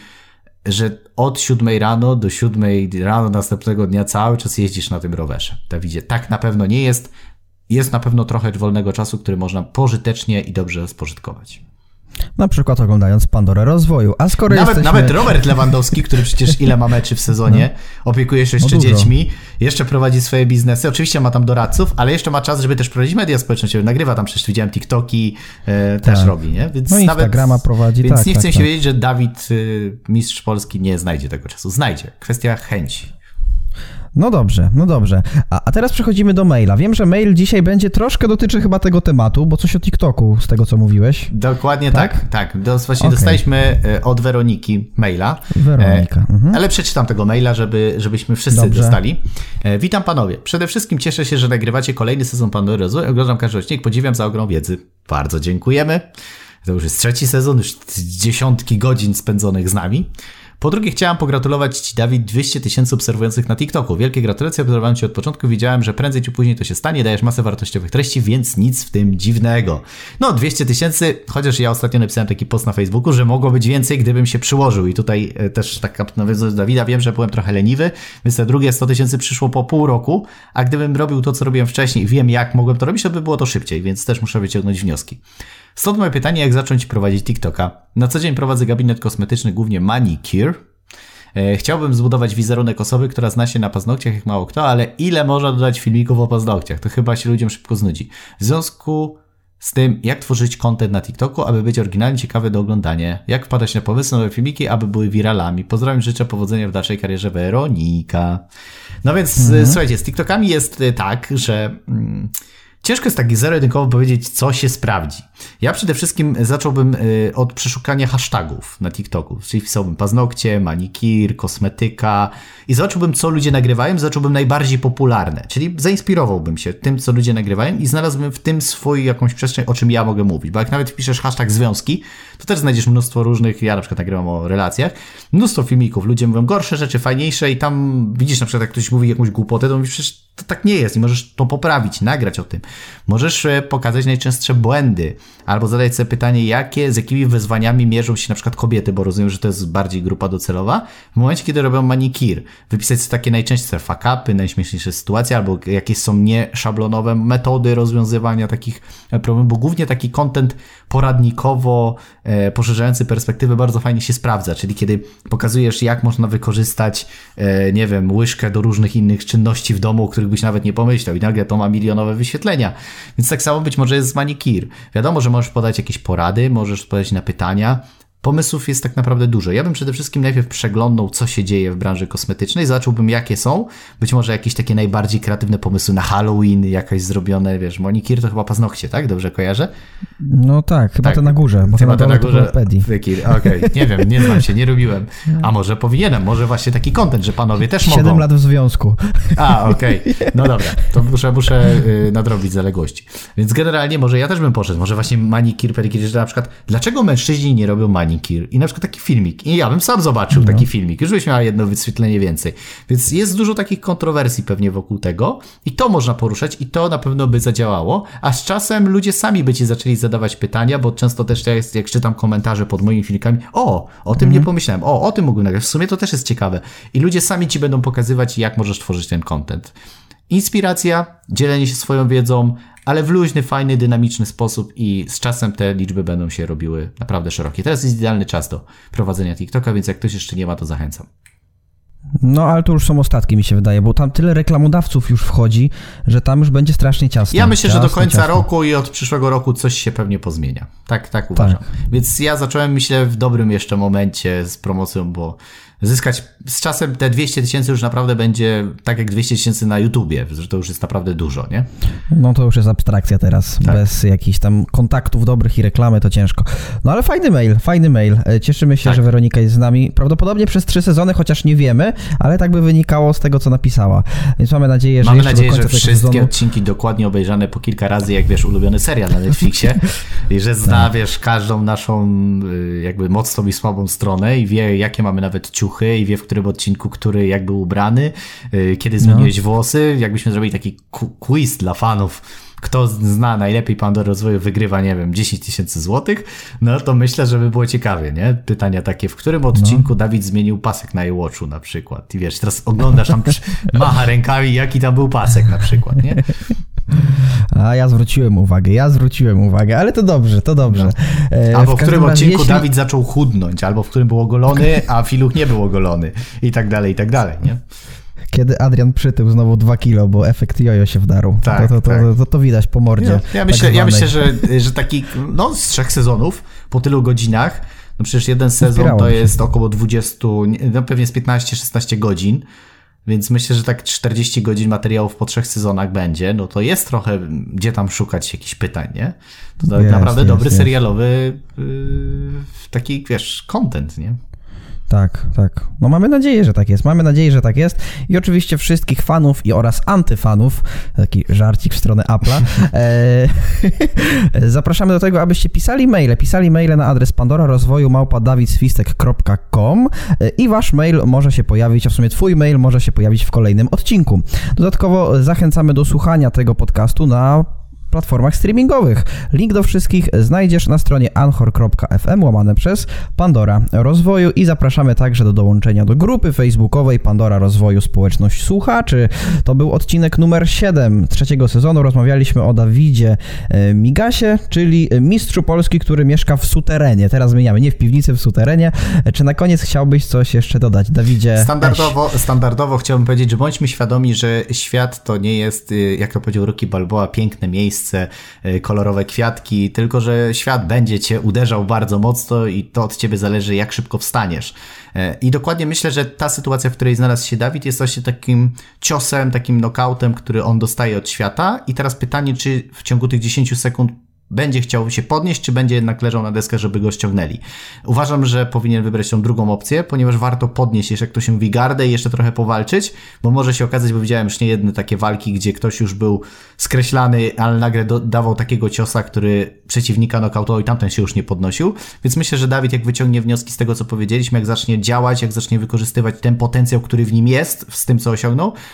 że od 7 rano do 7 rano następnego dnia cały czas jeździsz na tym rowerze. Dawidzie, tak na pewno nie jest. Jest na pewno trochę wolnego czasu, który można pożytecznie i dobrze spożytkować. Na przykład oglądając Pandorę Rozwoju. A skoro Nawet Robert Lewandowski, który przecież ile ma meczy w sezonie, opiekuje się jeszcze dziećmi, jeszcze prowadzi swoje biznesy, oczywiście ma tam doradców, ale jeszcze ma czas, żeby też prowadzić media społecznościowe. Nagrywa tam, przecież widziałem TikToki, też robi, nie? Więc no Instagrama prowadzi. Więc nie chcę się wiedzieć, że Dawid, mistrz Polski, nie znajdzie tego czasu. Znajdzie. Kwestia chęci. No dobrze. A teraz przechodzimy do maila. Wiem, że mail dzisiaj troszkę dotyczy chyba tego tematu, bo coś o TikToku, z tego co mówiłeś. Dokładnie tak. Właśnie dostaliśmy od Weroniki maila. Weronika. Ale przeczytam tego maila, żebyśmy wszyscy dostali. Witam panowie. Przede wszystkim cieszę się, że nagrywacie kolejny sezon Pandory Rozwoju. Oglądam każdy odcinek, podziwiam za ogrom wiedzy. Bardzo dziękujemy. To już jest 3. sezon, już dziesiątki godzin spędzonych z nami. Po drugie, chciałam pogratulować Ci, Dawid, 200 000 obserwujących na TikToku. Wielkie gratulacje, obserwowałem Cię od początku, wiedziałem, że prędzej czy później to się stanie, dajesz masę wartościowych treści, więc nic w tym dziwnego. 200 000, chociaż ja ostatnio napisałem taki post na Facebooku, że mogło być więcej, gdybym się przyłożył i tutaj też tak nawiązując do Dawida, wiem, że byłem trochę leniwy, więc te drugie 100 000 przyszło po pół roku, a gdybym robił to, co robiłem wcześniej i wiem, jak mogłem to robić, to by było to szybciej, więc też muszę wyciągnąć wnioski. Stąd moje pytanie, jak zacząć prowadzić TikToka. Na co dzień prowadzę gabinet kosmetyczny, głównie manicure. Chciałbym zbudować wizerunek osoby, która zna się na paznokciach jak mało kto, ale ile można dodać filmików o paznokciach? To chyba się ludziom szybko znudzi. W związku z tym, jak tworzyć content na TikToku, aby być oryginalnie ciekawy do oglądania? Jak wpadać na pomysły, nowe filmiki, aby były wiralami? Pozdrawiam, życzę powodzenia w dalszej karierze, Weronika. No więc słuchajcie, z TikTokami jest tak, że ciężko jest tak zero-jedynkowo powiedzieć, co się sprawdzi. Ja przede wszystkim zacząłbym od przeszukania hashtagów na TikToku, czyli wpisałbym paznokcie, manikir, kosmetyka i zobaczyłbym, co ludzie nagrywają, zacząłbym najbardziej popularne, czyli zainspirowałbym się tym, co ludzie nagrywają i znalazłbym w tym swoją jakąś przestrzeń, o czym ja mogę mówić, bo jak nawet wpiszesz hashtag związki, to też znajdziesz mnóstwo różnych, ja na przykład nagrywam o relacjach, mnóstwo filmików, ludzie mówią gorsze rzeczy, fajniejsze i tam widzisz na przykład, jak ktoś mówi jakąś głupotę, to mówisz, przecież to tak nie jest i możesz to poprawić, nagrać o tym. Możesz pokazać najczęstsze błędy, albo zadać sobie pytanie, z jakimi wyzwaniami mierzą się na przykład kobiety, bo rozumiem, że to jest bardziej grupa docelowa, w momencie, kiedy robią manikir. Wypisać sobie takie najczęstsze fuck-upy, najśmieszniejsze sytuacje, albo jakieś są nieszablonowe metody rozwiązywania takich problemów, bo głównie taki content poradnikowo poszerzający perspektywę bardzo fajnie się sprawdza, czyli kiedy pokazujesz, jak można wykorzystać, nie wiem, łyżkę do różnych innych czynności w domu, o których byś nawet nie pomyślał i nagle to ma milionowe wyświetlenia. Więc tak samo być może jest z manikir. Wiadomo, że możesz podać jakieś porady, możesz odpowiedzieć na pytania. Pomysłów jest tak naprawdę dużo. Ja bym przede wszystkim najpierw przeglądnął, co się dzieje w branży kosmetycznej, zobaczyłbym, jakie są. Być może jakieś takie najbardziej kreatywne pomysły na Halloween, jakaś zrobione, wiesz, manikir to chyba paznokcie, tak? Dobrze kojarzę? No tak, chyba tak. te na górze. Bo chyba te na górze. Okej, nie wiem, nie znam się, nie robiłem. A może powinienem, może właśnie taki content, że panowie też mogą. 7 lat w związku. Okej. No dobra, to muszę nadrobić zaległości. Więc generalnie może ja też bym poszedł, może właśnie manikir, pedikir, że na przykład dlaczego mężczyźni nie robią manikir? I na przykład taki filmik. I ja bym sam zobaczył taki filmik. Już byś miała jedno wyświetlenie więcej. Więc jest dużo takich kontrowersji pewnie wokół tego i to można poruszać i to na pewno by zadziałało, a z czasem ludzie sami by ci zaczęli zadawać pytania, bo często też jest, jak czytam komentarze pod moimi filmikami, o tym nie pomyślałem, o tym mógłbym nagrać. W sumie to też jest ciekawe. I ludzie sami ci będą pokazywać, jak możesz tworzyć ten content. Inspiracja, dzielenie się swoją wiedzą, ale w luźny, fajny, dynamiczny sposób i z czasem te liczby będą się robiły naprawdę szerokie. Teraz jest idealny czas do prowadzenia TikToka, więc jak ktoś jeszcze nie ma, to zachęcam. No, ale to już są ostatki, mi się wydaje, bo tam tyle reklamodawców już wchodzi, że tam już będzie strasznie ciasno. Ja myślę, że do końca roku i od przyszłego roku coś się pewnie pozmienia. Tak uważam. Więc ja zacząłem, myślę, w dobrym jeszcze momencie z promocją, bo zyskać z czasem te 200 000 już naprawdę będzie tak jak 200 000 na YouTubie, że to już jest naprawdę dużo, nie? No to już jest abstrakcja teraz, bez jakichś tam kontaktów dobrych i reklamy to ciężko. No ale fajny mail. Cieszymy się, że Weronika jest z nami. Prawdopodobnie przez 3 sezony, chociaż nie wiemy, ale tak by wynikało z tego, co napisała. Więc mamy nadzieję, że że wszystkie odcinki dokładnie obejrzane po kilka razy, jak wiesz, ulubiony serial na Netflixie i że zna, wiesz, każdą naszą jakby mocną i słabą stronę i wie, jakie mamy nawet ciuchy i wie, w którym odcinku, który jak był ubrany, kiedy zmieniłeś włosy. Jakbyśmy zrobili taki quiz dla fanów, kto zna najlepiej Pandorę Rozwoju, wygrywa, nie wiem, 10 000 złotych, no to myślę, że by było ciekawie, nie? Pytania takie, w którym odcinku Dawid zmienił pasek na iWatchu na przykład. I wiesz, teraz oglądasz tam, macha rękami, jaki tam był pasek na przykład, nie? A ja zwróciłem uwagę, ale to dobrze. No. Albo w którym odcinku Dawid zaczął chudnąć, albo w którym był ogolony, a Filuch nie był ogolony i tak dalej, nie? Kiedy Adrian przytył znowu 2 kilo, bo efekt jojo się wdarł. To widać po mordzie. Ja myślę, że taki, no z 3 sezonów, po tylu godzinach, no przecież jeden sezon to jest około 20, no pewnie z 15-16 godzin, więc myślę, że tak 40 godzin materiałów po 3 sezonach będzie, no to jest trochę, gdzie tam szukać jakichś pytań, nie? To naprawdę dobry serialowy taki, wiesz, content, nie? Tak. No mamy nadzieję, że tak jest. I oczywiście wszystkich fanów oraz antyfanów, taki żarcik w stronę Apple'a, zapraszamy do tego, abyście pisali maile na adres pandorarozwoju@dawidswistek.com i wasz mail może się pojawić, a w sumie twój mail może się pojawić w kolejnym odcinku. Dodatkowo zachęcamy do słuchania tego podcastu na platformach streamingowych. Link do wszystkich znajdziesz na stronie anchor.fm/Pandora Rozwoju i zapraszamy także do dołączenia do grupy facebookowej Pandora Rozwoju Społeczność Słuchaczy. To był odcinek numer 7 3. sezonu. Rozmawialiśmy o Dawidzie Migasie, czyli mistrzu Polski, który mieszka w suterenie. Teraz zmieniamy, nie w piwnicy, w suterenie. Czy na koniec chciałbyś coś jeszcze dodać, Dawidzie? Standardowo chciałbym powiedzieć, że bądźmy świadomi, że świat to nie jest, jak to powiedział Rocky Balboa, piękne miejsce, kolorowe kwiatki, tylko że świat będzie cię uderzał bardzo mocno i to od ciebie zależy, jak szybko wstaniesz. I dokładnie myślę, że ta sytuacja, w której znalazł się Dawid, jest właśnie takim ciosem, takim knockoutem, który on dostaje od świata i teraz pytanie, czy w ciągu tych 10 sekund będzie chciał się podnieść, czy będzie jednak leżał na deskach, żeby go ściągnęli. Uważam, że powinien wybrać tą drugą opcję, ponieważ warto podnieść, jeszcze jak to się mówi, gardę i jeszcze trochę powalczyć, bo może się okazać, bo widziałem już niejedne takie walki, gdzie ktoś już był skreślany, ale nagle dawał takiego ciosa, który przeciwnika nokautował i tamten się już nie podnosił. Więc myślę, że Dawid, jak wyciągnie wnioski z tego, co powiedzieliśmy, jak zacznie działać, jak zacznie wykorzystywać ten potencjał, który w nim jest, z tym, co osiągnął,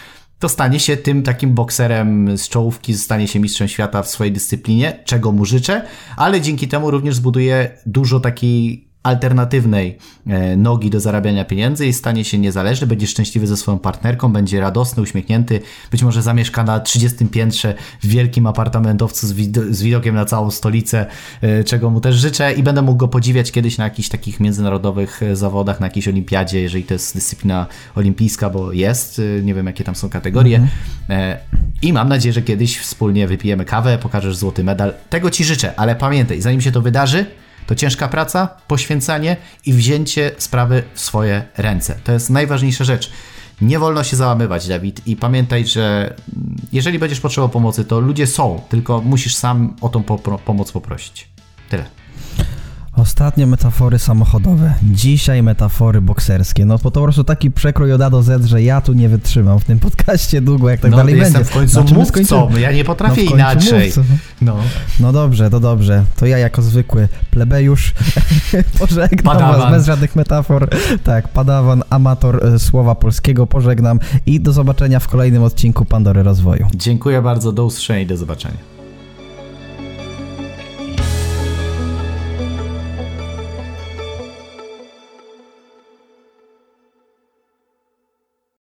to stanie się tym takim bokserem z czołówki, stanie się mistrzem świata w swojej dyscyplinie, czego mu życzę, ale dzięki temu również zbuduje dużo takiej alternatywnej nogi do zarabiania pieniędzy i stanie się niezależny, będzie szczęśliwy ze swoją partnerką, będzie radosny, uśmiechnięty, być może zamieszka na 30 piętrze w wielkim apartamentowcu z widokiem na całą stolicę, czego mu też życzę i będę mógł go podziwiać kiedyś na jakichś takich międzynarodowych zawodach, na jakiejś olimpiadzie, jeżeli to jest dyscyplina olimpijska, bo jest, nie wiem jakie tam są kategorie i mam nadzieję, że kiedyś wspólnie wypijemy kawę, pokażesz złoty medal. Tego Ci życzę, ale pamiętaj, zanim się to wydarzy, to ciężka praca, poświęcanie i wzięcie sprawy w swoje ręce. To jest najważniejsza rzecz. Nie wolno się załamywać, Dawid, i pamiętaj, że jeżeli będziesz potrzebował pomocy, to ludzie są, tylko musisz sam o tą pomoc poprosić. Tyle. Ostatnio metafory samochodowe, dzisiaj metafory bokserskie. No po prostu taki przekrój od A do Z, że ja tu nie wytrzymam w tym podcaście długo, jak tak dalej będzie. Jestem w końcu mówcą, ja nie potrafię inaczej. No dobrze, to dobrze. To ja jako zwykły plebejusz pożegnam was bez żadnych metafor. Tak, padawan, amator słowa polskiego, pożegnam i do zobaczenia w kolejnym odcinku Pandory Rozwoju. Dziękuję bardzo, do usłyszenia i do zobaczenia.